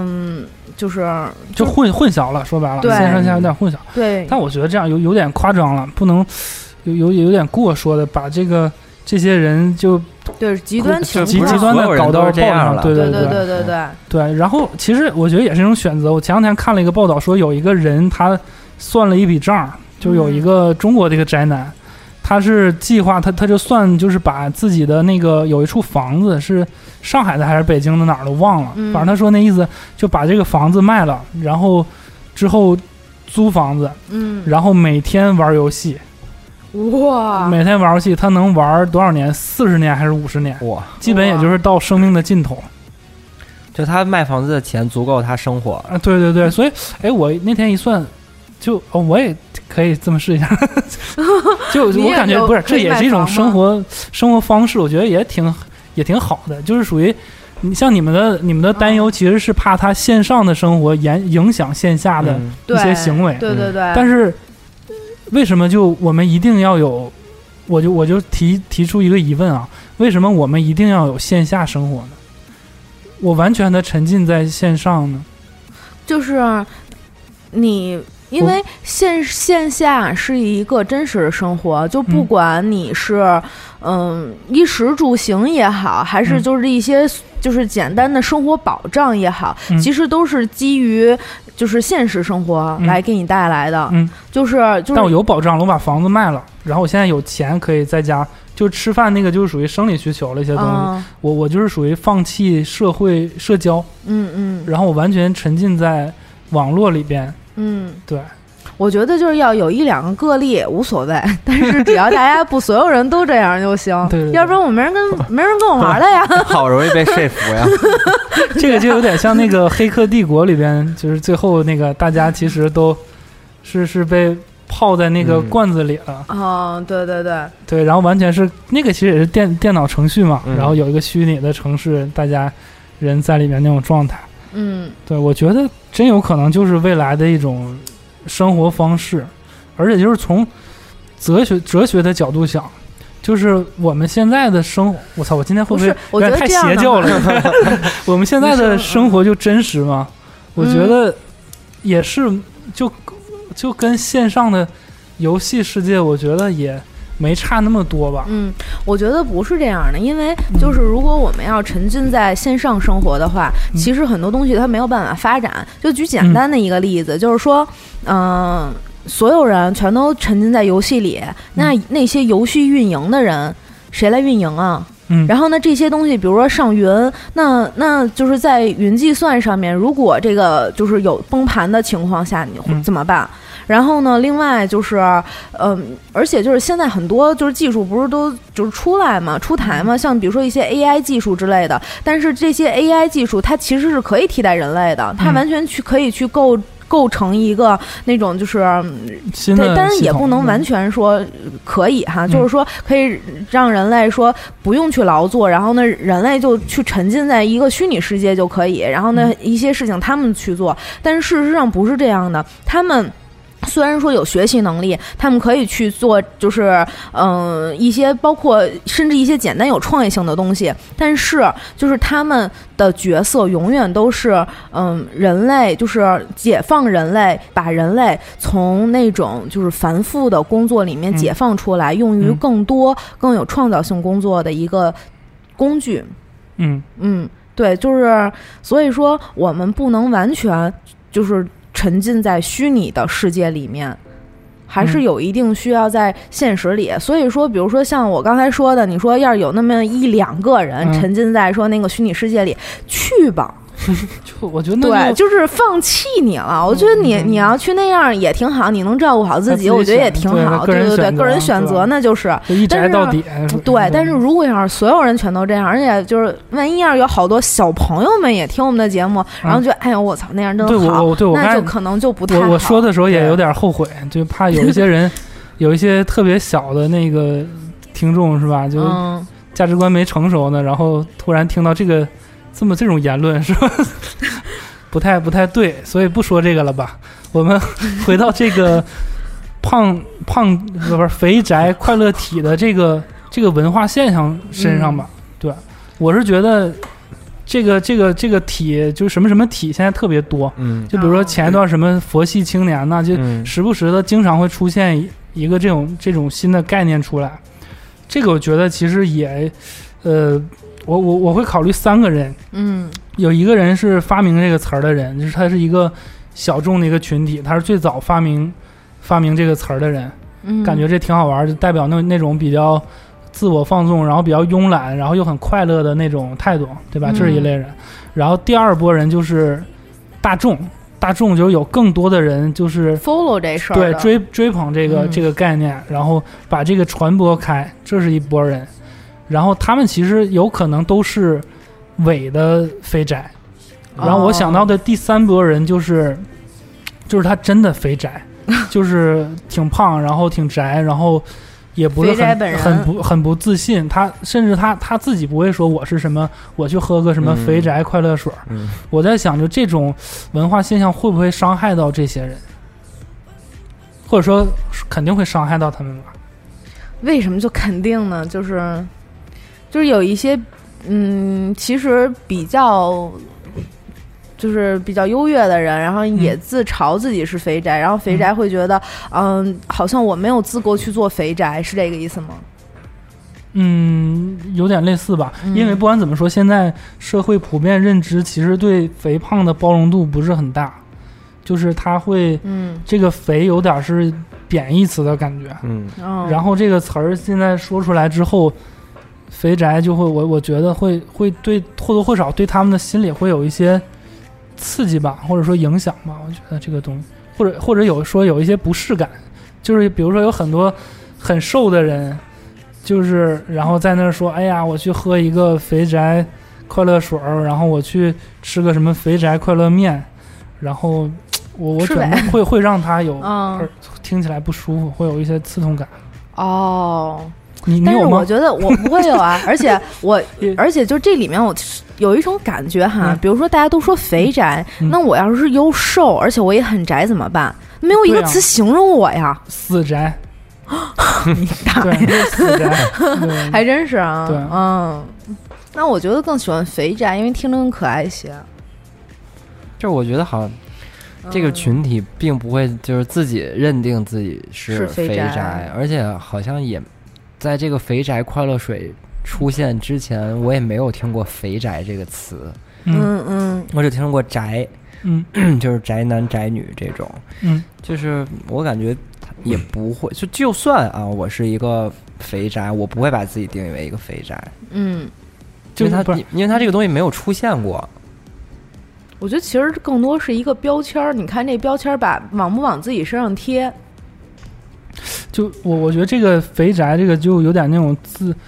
就混淆了，说白了，线上线下有点混淆。 对， 但我觉得这样有点夸张了，不能有点过说的，把这些人就对极端的搞到报上，对。然后其实我觉得也是一种选择。我前两天看了一个报道，说有一个人他算了一笔账，就有一个中国的一个宅男。他是计划他就算就是把自己的那个有一处房子是上海的还是北京的哪儿都忘了，反正他说那意思就把这个房子卖了，然后之后租房子，然后每天玩游戏， 哇， 每天玩游戏他能玩多少年？40年还是50年？ 哇， 基本也就是到生命的尽头。 就他卖房子的钱足够他生活啊！对，所以我那天一算，就我也可以这么试一下，就我感觉不是，这也是一种生活方式，我觉得也挺好的，就是属于你像你们的担忧，其实是怕他线上的生活影响线下的一些行为， 对。 但是为什么就我们一定要有？我就提出一个疑问啊，为什么我们一定要有线下生活呢？我完全的沉浸在线上呢？ 就是你。因为线下是一个真实的生活，就不管你是衣食住行也好，还是就是一些就是简单的生活保障也好，其实都是基于就是现实生活来给你带来的。就是但我有保障了，我把房子卖了，然后我现在有钱可以在家就吃饭，那个就是属于生理需求了一些东西。我就是属于放弃社交，然后我完全沉浸在网络里边。对， 我觉得就是要有1-2个个例无所谓，但是只要大家不所有人都这样就行。 对， 要不然我没人跟我玩了呀。 好容易被说服呀。 这个就有点像那个《黑客帝国》里边，就是最后那个大家其实都是被泡在那个罐子里了。对，然后完全是那个其实也是电脑程序嘛，然后有一个虚拟的城市，大家人在里面那种状态。对，我觉得真有可能就是未来的一种生活方式，而且就是从哲学的角度想，就是我们现在的生活，我操，我今天会不会有点太邪教了？我们现在的生活就真实吗？我觉得也是，就跟线上的游戏世界，我觉得也没差那么多吧。 我觉得不是这样的，因为就是如果我们要沉浸在线上生活的话，其实很多东西它没有办法发展。就举简单的一个例子，就是说所有人全都沉浸在游戏里，那些游戏运营的人谁来运营啊？然后呢，这些东西比如说上云，那就是在云计算上面，如果这个就是有崩盘的情况下，你会怎么办？然后呢，另外就是，而且就是现在很多就是技术不是都就是出台嘛，像比如说一些 AI 技术之类的，但是这些 AI 技术它其实是可以替代人类的，它完全可以去构成一个那种就是对，但是也不能完全说可以哈，就是说可以让人类说不用去劳作，然后呢人类就去沉浸在一个虚拟世界就可以，然后呢一些事情他们去做，但是事实上不是这样的，他们虽然说有学习能力，他们可以去做就是一些包括甚至一些简单有创意性的东西，但是就是他们的角色永远都是人类，就是解放人类，把人类从那种就是繁复的工作里面解放出来，用于更多更有创造性工作的一个工具。对，就是所以说我们不能完全就是沉浸在虚拟的世界里面，还是有一定需要在现实里。所以说比如说像我刚才说的，你说要是有那么1-2个人沉浸在说那个虚拟世界里，去吧。 就我觉得对，就是放弃你了。我觉得你要去那样也挺好，你能照顾好自己，我觉得也挺好。对，个人选择那就是一宅到底。 对，但是如果要是所有人全都这样，而且就是万一要是有好多小朋友们也听我们的节目，然后觉得哎呦我操那样真好，那就可能就不太好。 我说的时候也有点后悔，就怕有一些人有一些特别小的那个听众是吧，就价值观没成熟呢，然后突然听到这种言论是吧，不太对，所以不说这个了吧。我们回到这个胖不是肥宅快乐体的这个文化现象身上吧。对，我是觉得这个体就是什么什么体现在特别多。就比如说前一段什么佛系青年呢，就时不时的经常会出现一个这种新的概念出来。这个我觉得其实也我会考虑3个人。有一个人是发明这个词儿的人，就是他是一个小众的一个群体，他是最早发明这个词儿的人。感觉这挺好玩，就代表那种比较自我放纵，然后比较慵懒，然后又很快乐的那种态度，对吧？这是一类人。然后第二波人就是大众就是有更多的人就是 follow 这事儿， 对，追捧这个概念，然后把这个传播开，这是一波人。然后他们其实有可能都是伪的肥宅。然后我想到的第3波人就是他真的肥宅，就是挺胖，然后挺宅，然后也不是很不自信。他甚至他自己不会说我是什么，我去喝个什么肥宅快乐水。我在想，就这种文化现象会不会伤害到这些人，或者说肯定会伤害到他们吧？ 为什么就肯定呢？就是有一些其实比较优越的人，然后也自嘲自己是肥宅，然后肥宅会觉得好像我没有资格去做肥宅，是这个意思吗？ 有点类似吧。因为不管怎么说，现在社会普遍认知其实对肥胖的包容度不是很大，就是他会这个肥有点是贬义词的感觉。然后这个词儿现在说出来之后，肥宅就会我觉得会对或多或少对他们的心理会有一些刺激吧，或者说影响吧。我觉得这个东西，或者有一些不适感，就是比如说有很多很瘦的人，就是然后在那儿说，哎呀，我去喝一个肥宅快乐水，然后我去吃个什么肥宅快乐面，然后我觉得会让他有听起来不舒服，会有一些刺痛感。 但是我觉得我不会有啊，而且就这里面我有一种感觉哈，比如说大家都说肥宅，那我要是又瘦，而且我也很宅怎么办？没有一个词形容我呀。 死宅。 你大爷， 死宅， 还真是啊。 对， 那我觉得更喜欢肥宅，因为听着更可爱一些。 就我觉得好像这个群体并不会就是自己认定自己是肥宅，而且好像也在这个肥宅快乐水出现之前，我也没有听过肥宅这个词。我只听过宅，就是宅男宅女这种。就是我感觉也不会，就算啊，我是一个肥宅，我不会把自己定义为一个肥宅。因为他这个东西没有出现过。 我觉得其实更多是一个标签，你看这标签往不往自己身上贴。 就我觉得这个肥宅这个就有点那种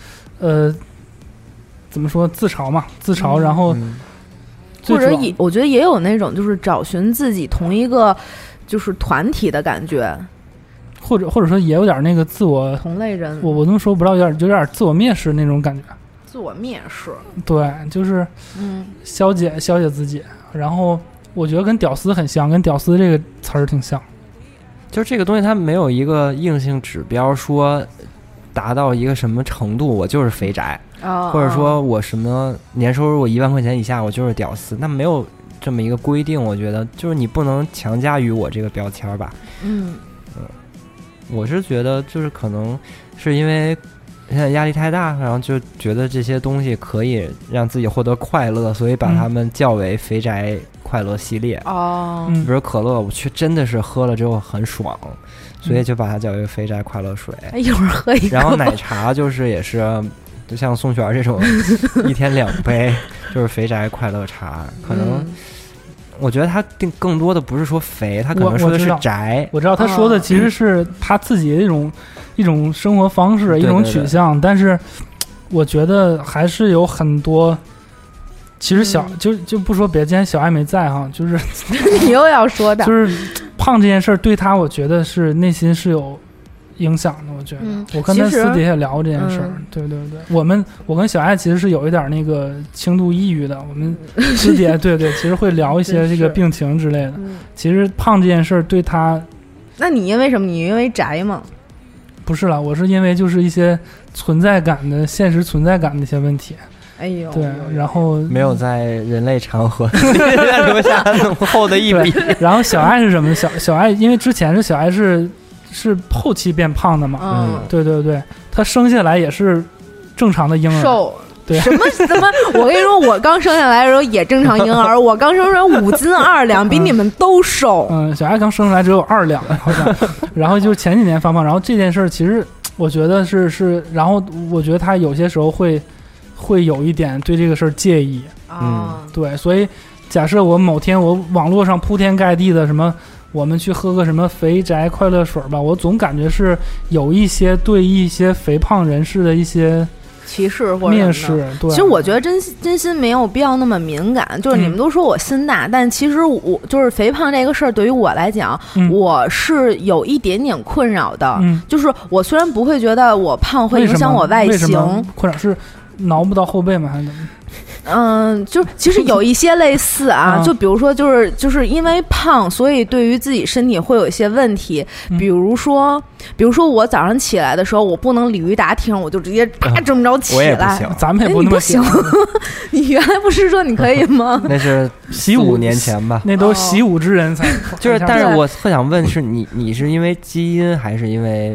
怎么说自嘲嘛，然后或者我觉得也有那种就是找寻自己同一个就是团体的感觉， 或者说也有点那个自我同类人， 我这么说不知道，有点自我蔑视那种感觉。 自我蔑视， 对，就是消解自己。然后我觉得跟屌丝很像，跟屌丝这个词儿挺像。 就是这个东西它没有一个硬性指标说达到一个什么程度我就是肥宅，或者说我什么年收入1万块钱以下我就是屌丝，那没有这么一个规定。我觉得就是你不能强加于我这个标签吧。我是觉得就是可能是因为现在压力太大，然后就觉得这些东西可以让自己获得快乐，所以把他们叫为肥宅快乐系列。比如可乐，我却真的是喝了之后很爽，所以就把它叫为肥宅快乐水。 一会儿喝一个。 然后奶茶就是也是，就像宋璇这种1天2杯，就是肥宅快乐茶。可能我觉得他更多的不是说肥，他可能说的是宅。 我知道他说的其实是他自己的一种生活方式，一种取向。但是我觉得还是有很多，其实就不说别，今天小艾没在哈，就是你又要说的， 就是胖这件事对他，我觉得是内心是有影响的。我觉得我跟他私底下聊这件事儿，对，我跟小艾其实是有一点那个轻度抑郁的，我们私底下对，其实会聊一些这个病情之类的。其实胖这件事对他那你因为什么？你因为宅吗？ 不是了，我是因为就是一些存在感的现实存在感的一些问题。 哎呦， 对，然后没有在人类长河留下浓厚的一笔。 然后小爱是什么？小爱，因为之前是小爱是后期变胖的嘛，对对对，她生下来也是正常的婴儿， 瘦。 对， 什么？我跟你说，我刚生下来的时候也正常婴儿，我刚生出来5斤2两，比你们都瘦。 小爱刚生出来只有2两好像，然后就前几年发胖，然后这件事其实我觉得是，然后我觉得他有些时候会有一点对这个事儿介意，对，所以假设我某天我网络上铺天盖地的什么，我们去喝个什么肥宅快乐水吧，我总感觉是有一些对一些肥胖人士的一些歧视或者蔑视。对， 其实我觉得真心没有必要那么敏感。就是你们都说我心大，但其实我就是肥胖这个事儿，对于我来讲，我是有一点点困扰的。就是我虽然不会觉得我胖会影响我外形， 困扰是挠不到后背吗？还是怎么？ 就其实有一些类似啊，就比如说就是因为胖，所以对于自己身体会有一些问题，比如说我早上起来的时候，我不能鲤鱼打挺，我就直接这么着起来， 咱们也不那么行。你原来不是说你可以吗？ 那是4-5年前吧， 那都习武之人才就是。但是我特想问，是你是因为基因还是因为？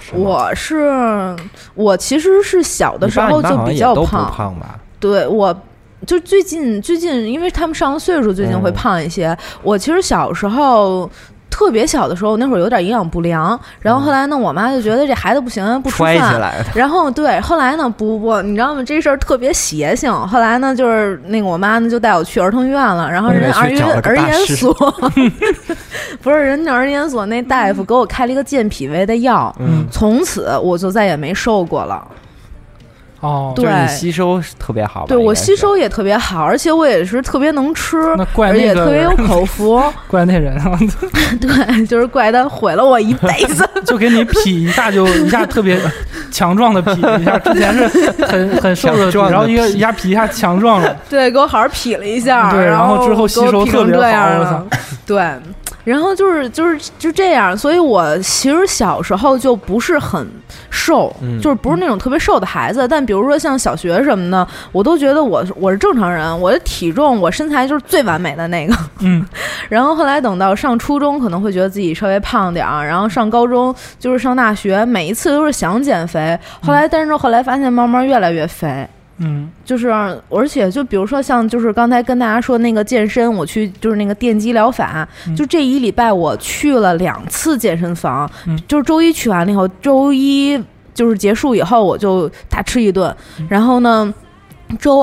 我其实是小的时候就比较胖吧？ 对，我就最近，因为他们上了岁数，最近会胖一些。我其实小时候特别小的时候，那会儿有点营养不良，然后后来呢，我妈就觉得这孩子不行，不吃饭，然后对，后来呢，不，你知道吗？这事儿特别邪性。后来呢，就是那个我妈呢就带我去儿童医院了，然后人儿研所，不是人家儿研所那大夫给我开了一个健脾胃的药，从此我就再也没瘦过了。 对，你吸收特别好吧？ 对，我吸收也特别好，而且我也是特别能吃， 怪而且特别有口福。 怪那人啊！ 对，就是怪他毁了我一辈子。 就给你劈一下，就一下特别强壮的劈一下，之前是很瘦的，然后一下劈一下强壮了。 对，给我好好劈了一下， 对，然后之后吸收特别好，我操！ 对。然后就这样，所以我其实小时候就不是很瘦，就是不是那种特别瘦的孩子。但比如说像小学什么的，我都觉得我是正常人，我的体重我身材就是最完美的那个。然后后来等到上初中，可能会觉得自己稍微胖点儿，然后上高中就是上大学，每一次都是想减肥，但是后来发现慢慢越来越肥。就是而且就比如说像就是刚才跟大家说那个健身，我去就是那个电击疗法，就这1礼拜我去了2次健身房，就是周一去完了以后，周一就是结束以后我就大吃一顿，然后呢周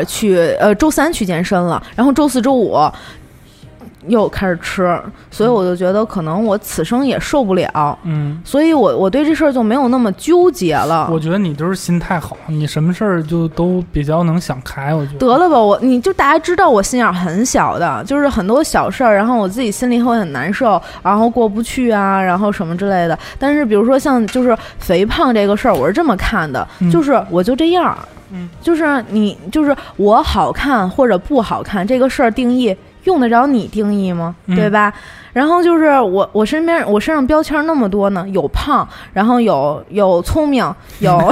3去健身了，然后周4周5又开始吃，所以我就觉得可能我此生也受不了，所以我对这事儿就没有那么纠结了。 我觉得你都是心态好，你什么事儿就都比较能想开。我觉得得了吧，你就大家知道我心眼很小的，就是很多小事儿，然后我自己心里会很难受，然后过不去啊，然后什么之类的。但是比如说像就是肥胖这个事儿，我是这么看的，就是我就这样，就是你就是我好看或者不好看这个事儿定义。用得着你定义吗？对吧？然后就是我身上标签那么多呢，有胖，然后有聪明，有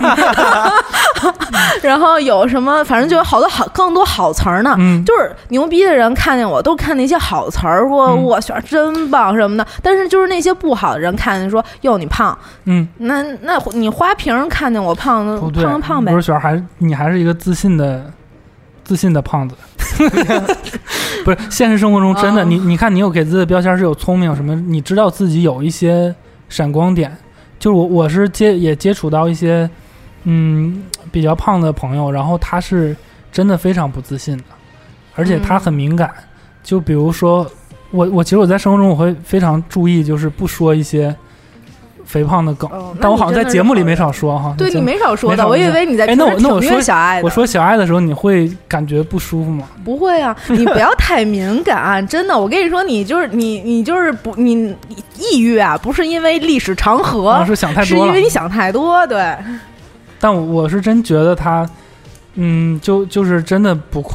然后有什么，反正就有更多好词儿呢。就是牛逼的人看见我都看那些好词儿，说我选真棒什么的。但是就是那些不好的人看见说哟你胖，那你花瓶看见我胖呗。 不是璇，你还是一个自信的胖子。不是现实生活中真的，你看你有给自己的标签是有聪明什么，你知道自己有一些闪光点。就是我是也接触到一些比较胖的朋友，然后他是真的非常不自信的，而且他很敏感。就比如说其实我在生活中我会非常注意，就是不说一些肥胖的梗，但我好像在节目里没少说哈。 对，你没少说的，我以为你在那我说小爱的。 我说小爱的时候，你会感觉不舒服吗？ 不会啊，你不要太敏感，真的。我跟你说，你就是你抑郁啊，不是因为历史长河， 是想太多了， 是因为你想太多。对。 但我是真觉得他，就是真的不快乐。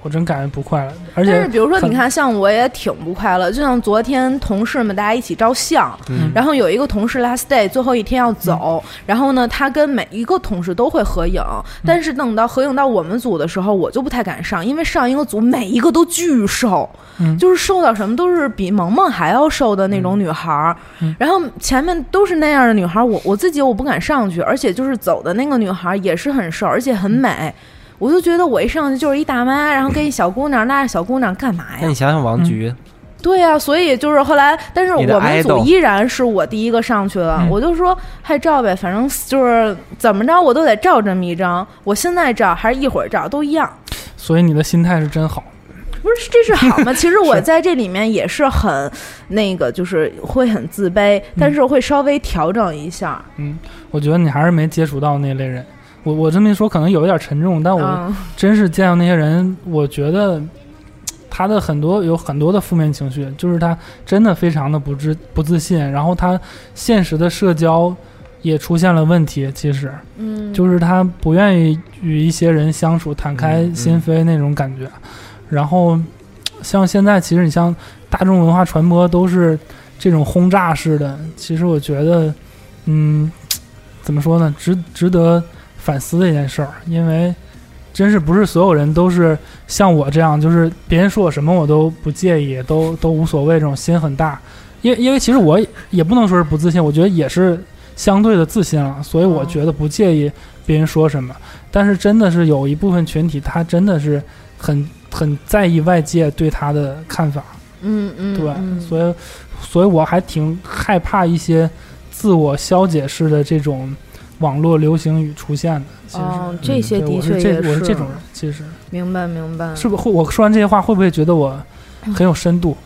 我真感觉不快乐。而且但是比如说你看像我也挺不快乐，就像昨天同事们大家一起照相，然后有一个同事 last day 最后一天要走，然后呢他跟每一个同事都会合影，但是等到合影到我们组的时候，我就不太敢上，因为上一个组每一个都巨瘦，就是瘦到什么都是比萌萌还要瘦的那种女孩，然后前面都是那样的女孩，我自己我不敢上去，而且就是走的那个女孩也是很瘦，而且很美。我就觉得我一上去就是一大妈，然后跟一小姑娘拉着小姑娘干嘛呀？ 那你想想王菊， 对呀，所以就是后来，但是我们组依然是我第一个上去了，我就说还照呗，反正就是怎么着我都得照这么一张，我现在照还是一会儿照都一样。 所以你的心态是真好。 不是，这是好吗？其实我在这里面也是很那个，就是会很自卑，但是会稍微调整一下。 我觉得你还是没接触到那类人。我这么一说可能有一点沉重，但我真是见到那些人，我觉得他的有很多的负面情绪，就是他真的非常的不自信，然后他现实的社交也出现了问题。其实，就是他不愿意与一些人相处，坦开心扉那种感觉。然后，像现在其实你像大众文化传播都是这种轰炸式的，其实我觉得，怎么说呢，值得反思的一件事儿，因为真是不是所有人都是像我这样，就是别人说我什么我都不介意，都无所谓，这种心很大。因为其实我也不能说是不自信，我觉得也是相对的自信了，所以我觉得不介意别人说什么。但是真的是有一部分群体，他真的是很在意外界对他的看法。对，所以我还挺害怕一些自我消解式的这种网络流行语出现的。其实这些的确也我是这种人。其实明白是不是我说完这些话会不会觉得我很有深度？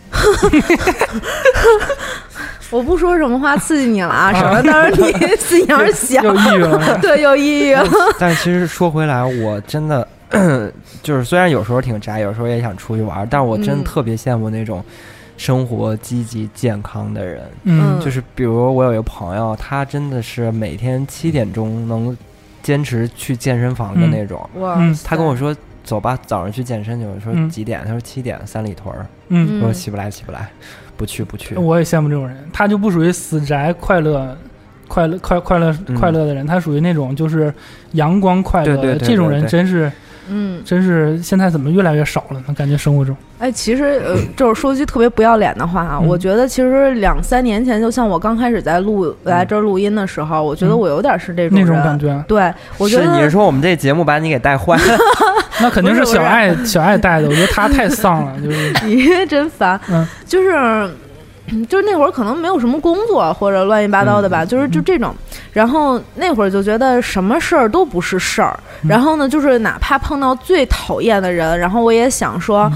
我不说什么话刺激你了啊，省得到时候你心眼小， 又抑郁了。 对，又抑郁了。 但其实说回来，我真的就是虽然有时候挺宅，有时候也想出去玩，但我真的特别羡慕那种生活积极健康的人。就是比如我有一个朋友，他真的是每天7点钟能坚持去健身房的那种。他跟我说走吧，早上去健身去。我说几点？他说7点，3里屯。我说起不来，不去。 我也羡慕这种人，他就不属于死宅快乐的人，他属于那种就是阳光快乐的。这种人真是现在怎么越来越少了呢？感觉生活中。 其实就是说句特别不要脸的话我觉得其实2-3年前，就像我刚开始来这儿录音的时候，我觉得我有点是这种人那种感觉。 对，我觉得你是说我们这节目把你给带坏了？ 那肯定是小爱带的，我觉得他太丧了，就是你真烦。就是那会儿可能没有什么工作或者乱七八糟的吧，就这种。然后那会儿就觉得什么事儿都不是事儿。然后呢，就是哪怕碰到最讨厌的人，然后我也想说，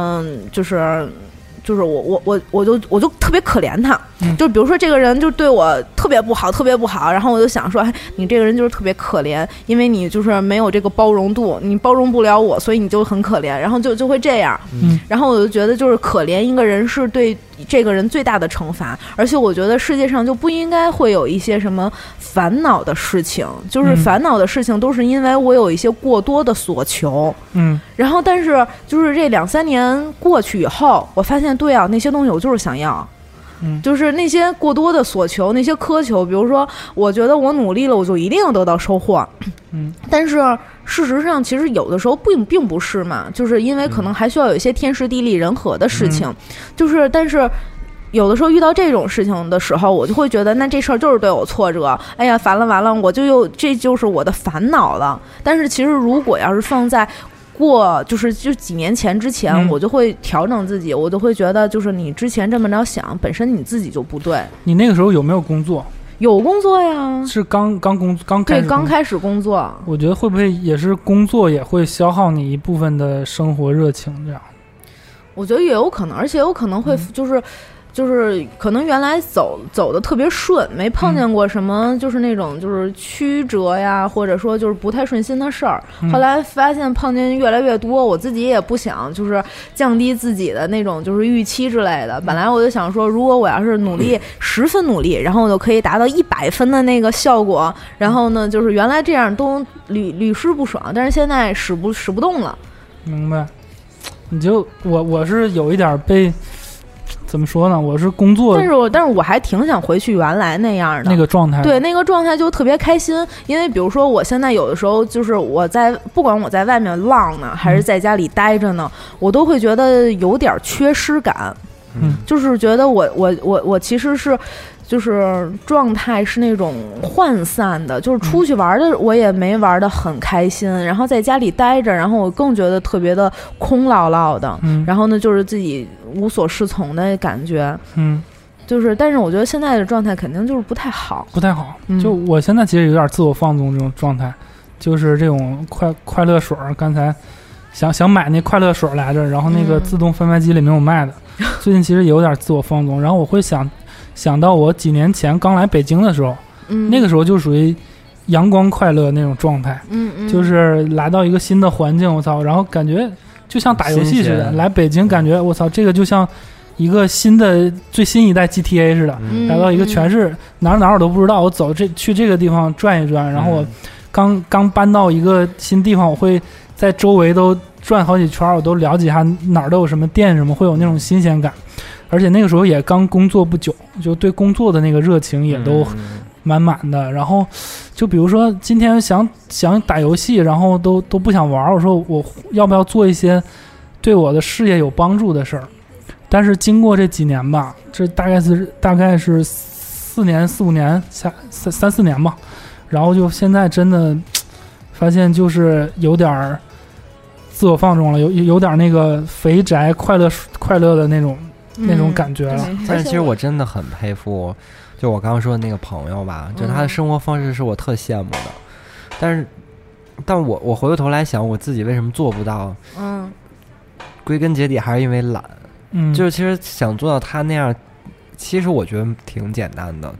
就是我就特别可怜他，就比如说这个人就对我特别不好，然后我就想说，你这个人就是特别可怜，因为你就是没有这个包容度，你包容不了我，所以你就很可怜，然后就会这样。然后我就觉得就是可怜一个人是对这个人最大的惩罚，而且我觉得世界上就不应该会有一些什么烦恼的事情，就是烦恼的事情都是因为我有一些过多的所求。然后但是就是这2-3年过去以后，我发现对啊，那些东西我就是想要。就是那些过多的所求，那些苛求，比如说我觉得我努力了我就一定要得到收获。但是事实上其实有的时候并不是嘛，就是因为可能还需要有一些天时地利人和的事情。但是有的时候遇到这种事情的时候，我就会觉得那这事儿就是对我挫折，哎呀烦了完了，这就是我的烦恼了。但是其实如果要是放在就几年前之前，我就会调整自己，我就会觉得就是你之前这么着想，本身你自己就不对。 你那个时候有没有工作？ 有工作呀， 是刚开始工作。我觉得会不会也是工作也会消耗你一部分的生活热情这样？ 我觉得也有可能，而且有可能会就是可能原来走的特别顺，没碰见过什么就是那种就是曲折呀，或者说就是不太顺心的事儿。后来发现碰见越来越多，我自己也不想就是降低自己的那种就是预期之类的。本来我就想说，如果我要是努力10分努力，然后我就可以达到100分的那个效果。然后呢，就是原来这样都屡试不爽，但是现在使不动了。 明白。你就我是有一点被怎么说呢？我是工作， 但是我还挺想回去原来那样的那个状态。 对，那个状态就特别开心。因为比如说我现在有的时候就是不管我在外面浪呢，还是在家里待着呢，我都会觉得有点缺失感。就是觉得我其实是。就是状态是那种涣散的，就是出去玩的我也没玩的很开心，然后在家里待着，然后我更觉得特别的空落落的，然后呢就是自己无所适从的感觉，就是但是我觉得现在的状态肯定就是不太好。 就我现在其实有点自我放纵这种状态，就是这种快乐水，刚才想买那快乐水来着，然后那个自动贩卖机里没有卖的，最近其实也有点自我放纵，然后我会想到我几年前刚来北京的时候，那个时候就属于阳光快乐那种状态，就是来到一个新的环境，我操，然后感觉就像打游戏似的，来北京感觉我操，这个就像一个最新一代 GTA 似的，来到一个全是哪我都不知道，我去这个地方转一转，然后我刚搬到一个新地方，我会在周围都转好几圈，我都了解一下哪儿都有什么店什么，会有那种新鲜感。而且那个时候也刚工作不久，就对工作的那个热情也都满满的。然后就比如说今天想打游戏，然后都不想玩，我说我要不要做一些对我的事业有帮助的事儿。但是经过这几年吧，这大概是4年4、5年3、4年吧，然后就现在真的发现就是有点自我放纵了，有点那个肥宅快乐的那种感觉了。 但是其实我真的很佩服，就我刚刚说的那个朋友吧，就他的生活方式是我特羡慕的。但我回过头来想，我自己为什么做不到？归根结底还是因为懒。就是其实想做到他那样，其实我觉得挺简单的，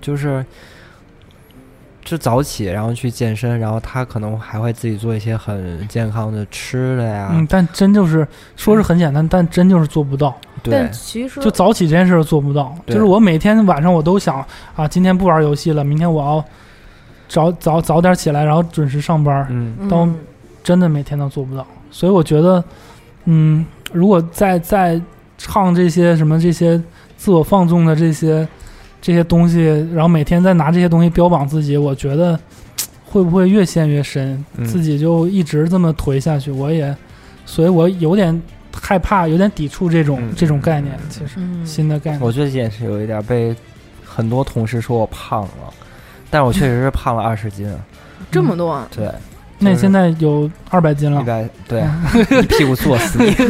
就早起，然后去健身，然后他可能还会自己做一些很健康的吃的呀。 但真就是说是很简单，但真就是做不到。 对， 其实就早起这件事做不到。就是我每天晚上我都想啊，今天不玩游戏了，明天我要早点起来，然后准时上班。但真的每天都做不到。所以我觉得，如果再唱这些什么这些自我放纵的这些东西，然后每天再拿这些东西标榜自己，我觉得会不会越陷越深，自己就一直这么颓下去。所以我有点害怕，有点抵触这种概念。其实新的概念， 我最近也是有一点被很多同事说我胖了，但我确实是胖了20斤， 这么多。 对。 那现在有200斤了 ，100，对，一屁股坐死你。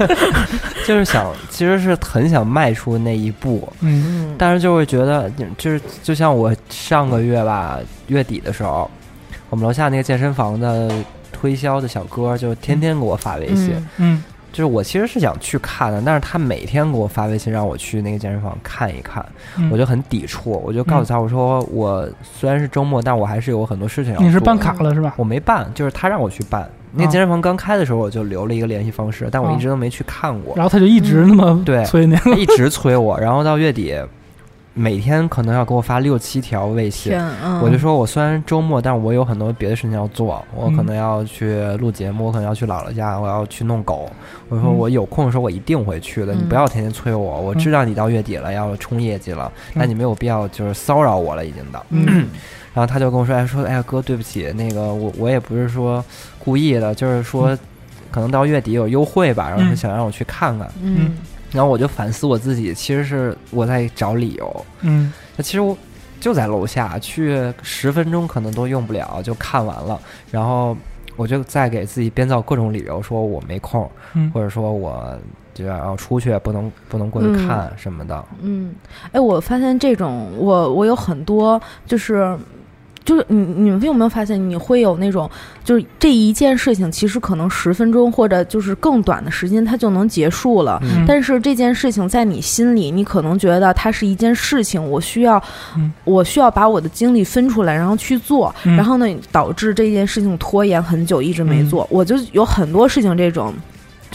其实是很想迈出那一步，但是就会觉得，就像我上个月吧，月底的时候，我们楼下那个健身房的推销的小哥就天天给我发微信，就是我其实是想去看的，但是他每天给我发微信让我去那个健身房看一看，我就很抵触，我就告诉他，我说我虽然是周末，但我还是有很多事情要做。 你是办卡了是吧？ 我没办，就是他让我去办。那个健身房刚开的时候我就留了一个联系方式，但我一直都没去看过。 然后他就一直那么催你， 一直催我，然后到月底每天可能要给我发6、7条微信，我就说我虽然周末，但是我有很多别的事情要做，我可能要去录节目，我可能要去姥姥家，我要去弄狗。我说我有空的时候我一定会去的，你不要天天催我，我知道你到月底了要冲业绩了，但你没有必要就是骚扰我了已经的。然后他就跟我说，哎呀哥，对不起，那个我也不是说故意的，就是说可能到月底有优惠吧，然后想让我去看看。然后我就反思我自己，其实是我在找理由。那其实我就在楼下，去10分钟可能都用不了就看完了，然后我就再给自己编造各种理由，说我没空，或者说我就要出去，不能过去看什么的。 我发现这种我有很多就是你们有没有发现，你会有那种就是这一件事情其实可能10分钟或者就是更短的时间它就能结束了，但是这件事情在你心里，你可能觉得它是一件事情，我需要把我的精力分出来然后去做，然后呢导致这件事情拖延很久一直没做。我就有很多事情这种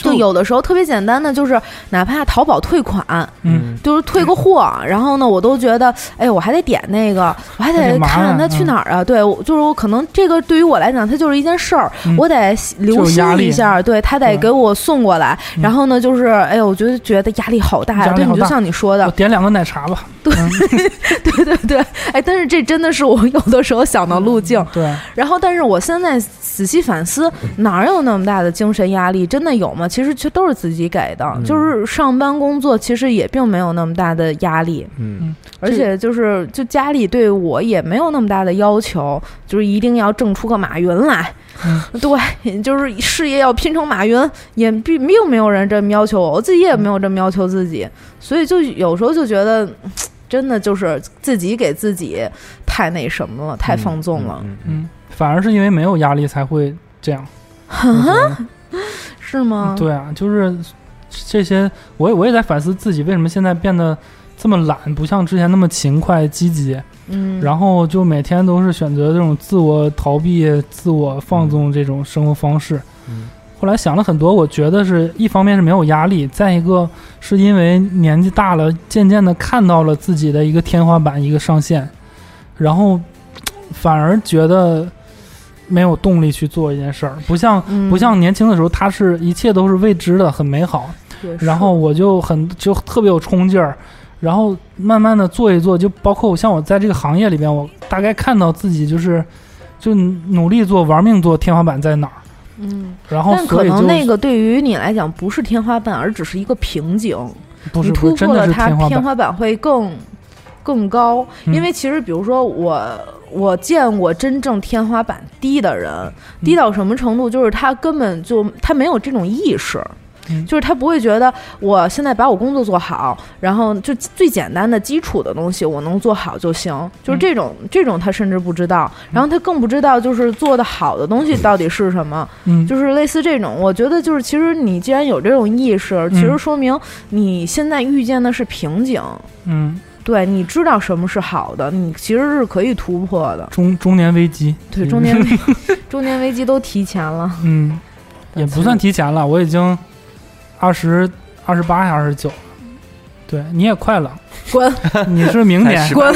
就有的时候特别简单的，就是哪怕淘宝退款，就是退个货，然后呢，我都觉得，哎，我还得点那个，我还得看他去哪儿啊。对，就是我可能这个对于我来讲，它就是一件事儿，我得留心一下，对他得给我送过来。然后呢，就是哎呦，我觉得压力好大呀。对，你就像你说的， 我点2个奶茶吧。 对，对，哎，但是这真的是我有的时候想的路径。 对。 然后，但是我现在仔细反思，哪有那么大的精神压力？真的有吗？其实都是自己给的，就是上班工作其实也并没有那么大的压力，而且就家里对我也没有那么大的要求，就是一定要挣出个马云来，对，就是事业要拼成马云，也并没有人这么要求我自己也没有这么要求自己，所以就有时候就觉得，真的就是自己给自己太那什么了，太放纵了， 反而是因为没有压力才会这样。 是吗？ 对啊，就是这些，我也在反思自己为什么现在变得这么懒，不像之前那么勤快积极。然后就每天都是选择这种自我逃避、自我放纵这种生活方式。后来想了很多，我觉得是一方面是没有压力，再一个是因为年纪大了，渐渐的看到了自己的一个天花板、一个上限，然后反而觉得没有动力去做一件事儿，不像年轻的时候，它是一切都是未知的，很美好。然后我就特别有冲劲儿，然后慢慢的做一做，就包括像我在这个行业里边，我大概看到自己就努力做，玩命做，天花板在哪儿。然后但可能那个对于你来讲不是天花板，而只是一个瓶颈。 不是， 你突破了它， 天花板会更高。因为其实比如说我见过真正天花板低的人，低到什么程度，就是他根本他没有这种意识。就是他不会觉得我现在把我工作做好，然后就最简单的基础的东西我能做好就行，就是这种他甚至不知道，然后他更不知道就是做的好的东西到底是什么，就是类似这种。我觉得就是其实你既然有这种意识，其实说明你现在遇见的是瓶颈，对，你知道什么是好的，你其实是可以突破的。 中年危机， 对，中年危机都提前了， 也不算提前了，我已经28还29，对，你也快了， 滚！ 你是明年， 滚！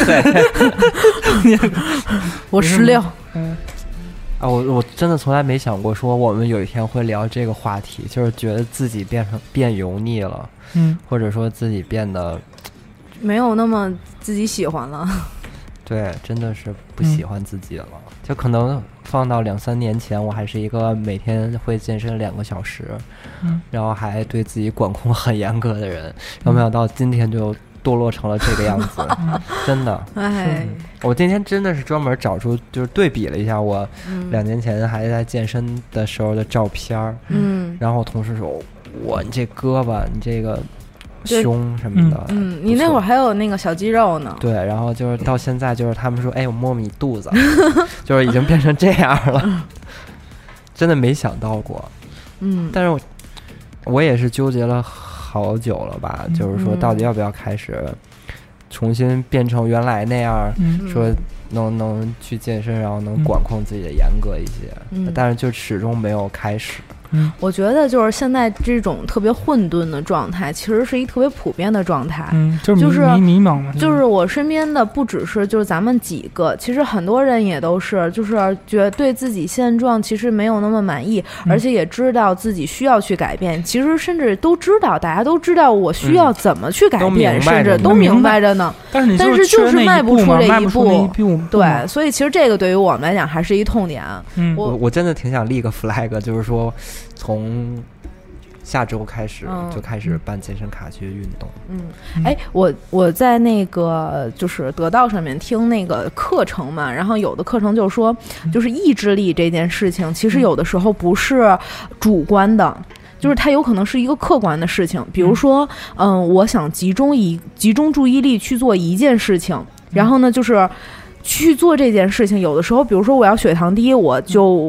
我16。 我真的从来没想过说我们有一天会聊这个话题，就是觉得自己变油腻了，或者说自己变得没有那么自己喜欢了。 对，真的是不喜欢自己了。就可能放到2-3年前，我还是一个每天会健身2个小时，然后还对自己管控很严格的人，没想到今天就堕落成了这个样子，真的。我今天真的是专门找出，就是对比了一下我2年前还在健身的时候的照片，然后我同事说：“你这胳膊，你这个胸什么的， 你那会儿还有那个小肌肉呢。”对， 然后就是到现在，就是他们说：“哎，我摸摸你肚子，就是已经变成这样了。”真的没想到过，但是我也是纠结了好久了吧，就是说到底要不要开始重新变成原来那样，说能去健身，然后能管控自己的严格一些，但是就始终没有开始。 我觉得就是现在这种特别混沌的状态，其实是一特别普遍的状态，就是迷茫嘛。 就是我身边的不只是就是咱们几个，其实很多人也都是，就是觉得对自己现状其实没有那么满意，而且也知道自己需要去改变。其实甚至都知道，大家都知道我需要怎么去改变，甚至都明白着呢。但是就是迈不出这一步。对，所以其实这个对于我们来讲还是一痛点。 我真的挺想立个 flag， 就是说从下周开始就开始办健身卡去运动。 我在那个就是得到上面听那个课程嘛，然后有的课程就说，就是意志力这件事情，其实有的时候不是主观的。就是它有可能是一个客观的事情，比如说，我想集中注意力去做一件事情，然后呢，就是去做这件事情。有的时候，比如说我要血糖低，我就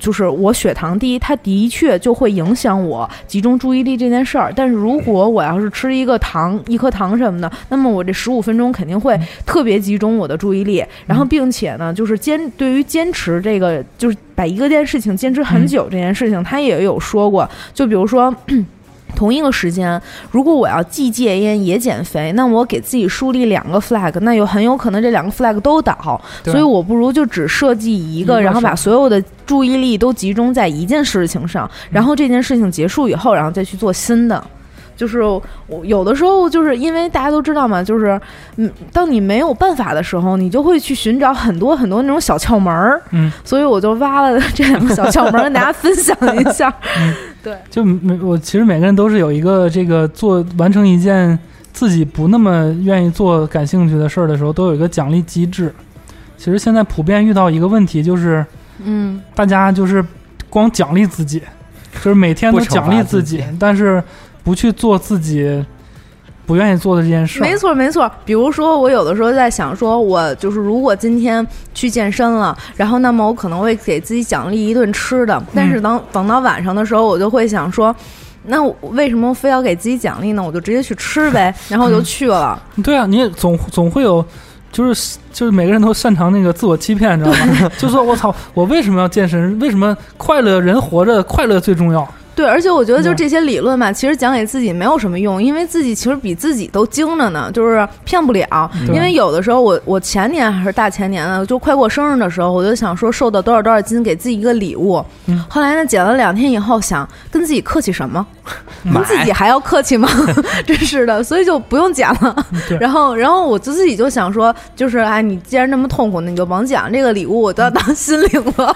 就是我血糖低，它的确就会影响我集中注意力这件事儿。但是如果我要是吃一颗糖什么的，那么我这15分钟肯定会特别集中我的注意力。然后并且呢，就是对于坚持这个，就是把一件事情坚持很久这件事情，他也有说过，就比如说。同一个时间，如果我要既戒烟也减肥，那我给自己树立2个 flag， 那很有可能这2个 flag 都倒，所以我不如就只设计一个，然后把所有的注意力都集中在一件事情上，然后这件事情结束以后，然后再去做新的。就是我有的时候就是因为大家都知道嘛，就是当你没有办法的时候，你就会去寻找很多很多那种小窍门儿。所以我就挖了这2个小窍门跟大家分享一下。对， 就我其实每个人都是有一个这个完成一件自己不那么愿意做、感兴趣的事儿的时候，都有一个奖励机制。其实现在普遍遇到一个问题就是，大家就是光奖励自己，就是每天都奖励自己，但是不去做自己不愿意做的这件事。 没错没错，比如说我有的时候在想说，我就是如果今天去健身了，然后那么我可能会给自己奖励一顿吃的，但是等到晚上的时候，我就会想说，那我为什么非要给自己奖励呢？我就直接去吃呗，然后我就去了。 对啊，你也总会有。就是每个人都擅长那个自我欺骗，知道吗？就说我操，我为什么要健身？为什么快乐？人活着快乐最重要。 对，而且我觉得就这些理论嘛，其实讲给自己没有什么用，因为自己其实比自己都精着呢，就是骗不了。因为有的时候我前年还是大前年呢，就快过生日的时候，我就想说瘦到多少斤给自己一个礼物。后来呢，减了2天以后，想跟自己客气什么？跟自己还要客气吗？真是的，所以就不用减了。然后我自己就想说，就是哎，你既然这么痛苦，那你就甭减这个礼物，我都要当心领了。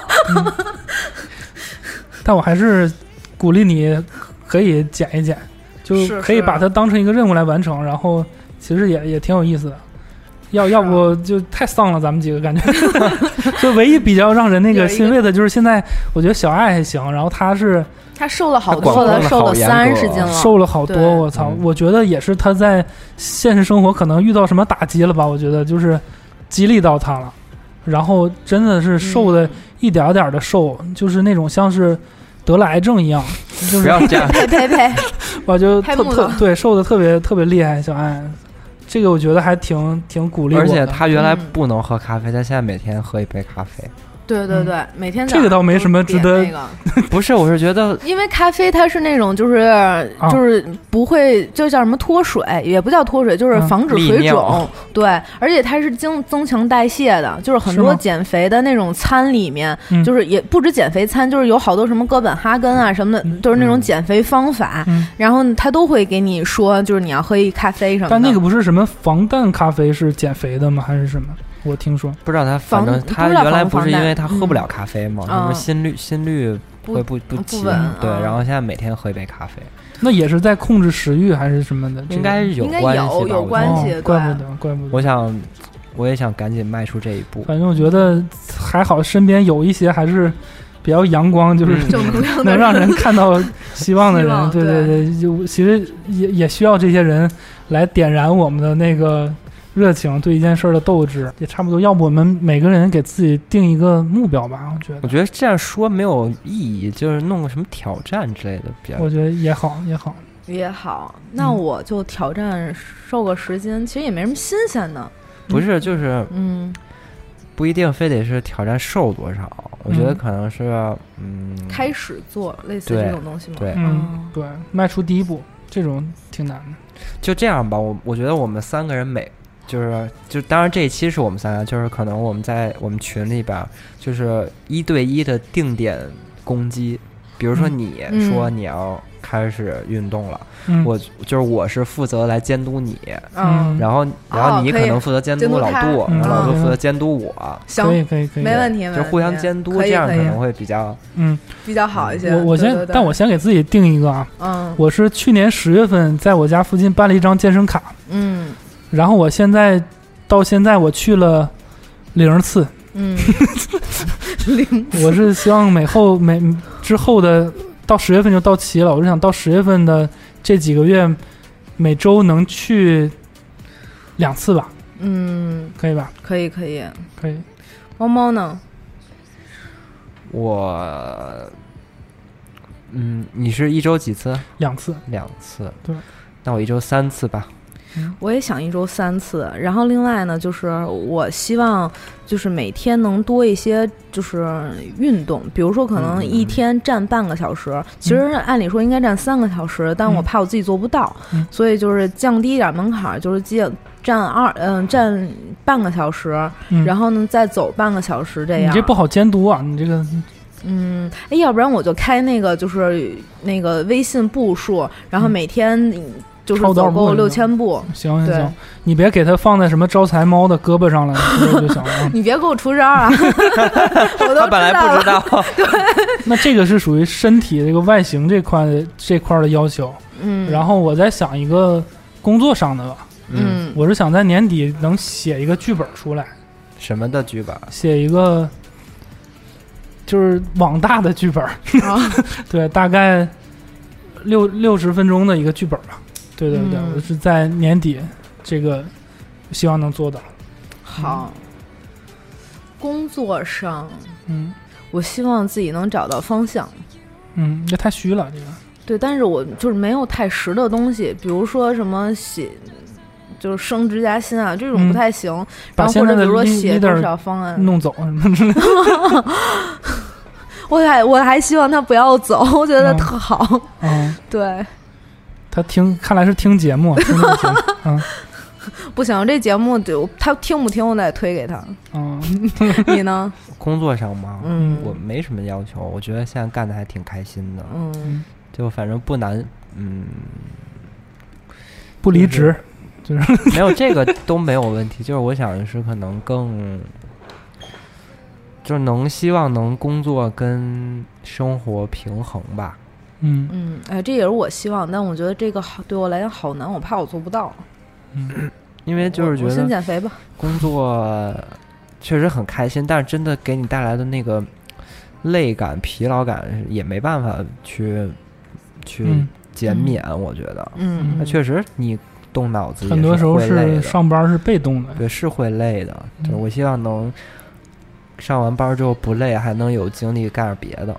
但我还是鼓励你可以减一减，就可以把它当成一个任务来完成，然后其实也挺有意思的。要不就太丧了，咱们几个感觉。就唯一比较让人那个欣慰的就是现在，我觉得小爱还行，然后他瘦了好多了，瘦了30斤了， 瘦了好多。我操！我觉得也是他在现实生活可能遇到什么打击了吧？我觉得就是激励到他了，然后真的是瘦的一点点的瘦，就是那种像是得了癌症一样。就是不要这样， 呸！ 我就对瘦的特别特别厉害，小爱。这个我觉得还挺鼓励我的。 而且他原来不能喝咖啡，他现在每天喝一杯咖啡。 对，每天这个倒没什么值得。 不是，我是觉得， 因为咖啡它是那种就是不会就叫什么脱水，也不叫脱水，就是防止水肿。对，而且它是增强代谢的，就是很多减肥的那种餐里面，就是也不止减肥餐，就是有好多什么哥本哈根啊什么的，都是那种减肥方法。然后他都会给你说，就是你要喝一咖啡什么的。 但那个不是什么防弹咖啡是减肥的吗？还是什么？我听说不知道他，反正他原来不是因为他喝不了咖啡吗？什么心率会不齐，对，然后现在每天喝一杯咖啡。 那也是在控制食欲还是什么的？ 应该有关系， 怪不得。 我也想赶紧迈出这一步。 反正我觉得还好，身边有一些还是比较阳光，就是能让人看到希望的人。对，就其实也需要这些人来点燃我们的那个热情，对一件事的斗志，也差不多。要不我们每个人给自己定一个目标吧，我觉得这样说没有意义，就是弄个什么挑战之类的比较。 我觉得也好。 那我就挑战瘦个10斤，其实也没什么新鲜的。 不是，就是不一定非得是挑战瘦多少，我觉得可能是开始做类似这种东西吗？ 对， 对，迈出第一步，这种挺难的。 就这样吧，我觉得我们3个人就当然这一期是我们3个，就是可能我们在我们群里边就是1对1的定点攻击，比如说你说你要开始运动了，我是负责来监督你，然后你可能负责监督老杜，然后老杜负责监督我。 行，可以，没问题， 就互相监督，这样可能会比较好一些。 但我先给自己定一个啊，我是去年10月份在我家附近办了一张健身卡，然后我到现在我去了0次，我是希望之后的到10月份就到齐了，我是想到10月份的这几个月每周能去2次吧。可以吧？ 可以。 可以。 猫猫呢？我觉得，因为开飞它是那种就是放置水肿，对，而且它是增强代谢的，就是很多减肥的那种餐里面，就是也不止减肥餐，就是有好多什么哥本哈根啊什么的，都是那种减肥方法。然后他都会给你说，就是你要喝一咖啡什么的。 你是一周几次 ？2次。 2次。 对。 那我一周3次吧。 我也想一周3次，然后另外呢，就是我希望就是每天能多一些就是运动，比如说可能一天站半个小时，其实按理说应该站3个小时，但我怕我自己做不到，所以就是降低一点门槛，就是站半个小时，然后呢再走半个小时这样。 你这不好监督啊，你这个。 要不然我就开那个就是那个微信步数，然后每天。就是走够6000步， 行，你别给他放在什么招财猫的胳膊上了，就行了。 你别给我出招啊！我都他本来不知道。 对， 那这个是属于身体这个外形这块的要求。然后我再想一个工作上的吧。我是想在年底能写一个剧本出来。 什么的剧本？写一个就是网大的剧本。对，大概60分钟的一个剧本吧。对，我是在年底，这个希望能做到。 好，工作上，我希望自己能找到方向。 这太虚了，这个。 对，但是我就是没有太实的东西，比如说什么就是升职加薪啊，这种不太行。然后或者比如说写多少方案弄走什么之类的。 我还希望他不要走，我觉得他特好。对。 他看来是听节目，听这个节目。 不行，这节目他听不听我得推给他。你呢？ 工作上嘛，我没什么要求，我觉得现在干的还挺开心的。就反正不难， 不离职， 就是没有这个都没有问题。就是我想的是可能更，就是希望能工作跟生活平衡吧。 这也是我希望，但我觉得这个对我来讲好难，我怕我做不到。 因为就是觉得我先减肥吧。 工作确实很开心，但是真的给你带来的那个累感、疲劳感也没办法去减免。我觉得，那确实你动脑子也是会累的， 很多时候是上班是被动的， 对，是会累的。我希望能上完班之后不累，还能有精力干点别的。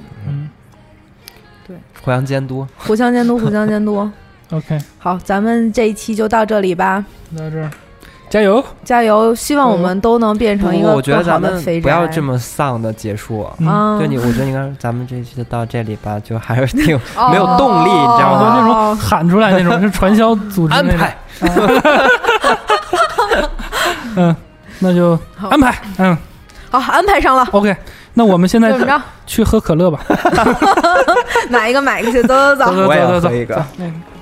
对， 互相监督。 OK， 好，咱们这一期就到这里吧。 到这儿，加油加油！希望我们都能变成一个更好的肥宅。 不要这么丧的结束。对你，我觉得你看咱们这期就到这里吧，就还是挺没有动力，你知道吗？ 那种喊出来那种是传销组织安排。 那就安排。 好，安排上了。 OK， 那我们现在去喝可乐吧。 哪一个买一个去？走。 我也要喝一个。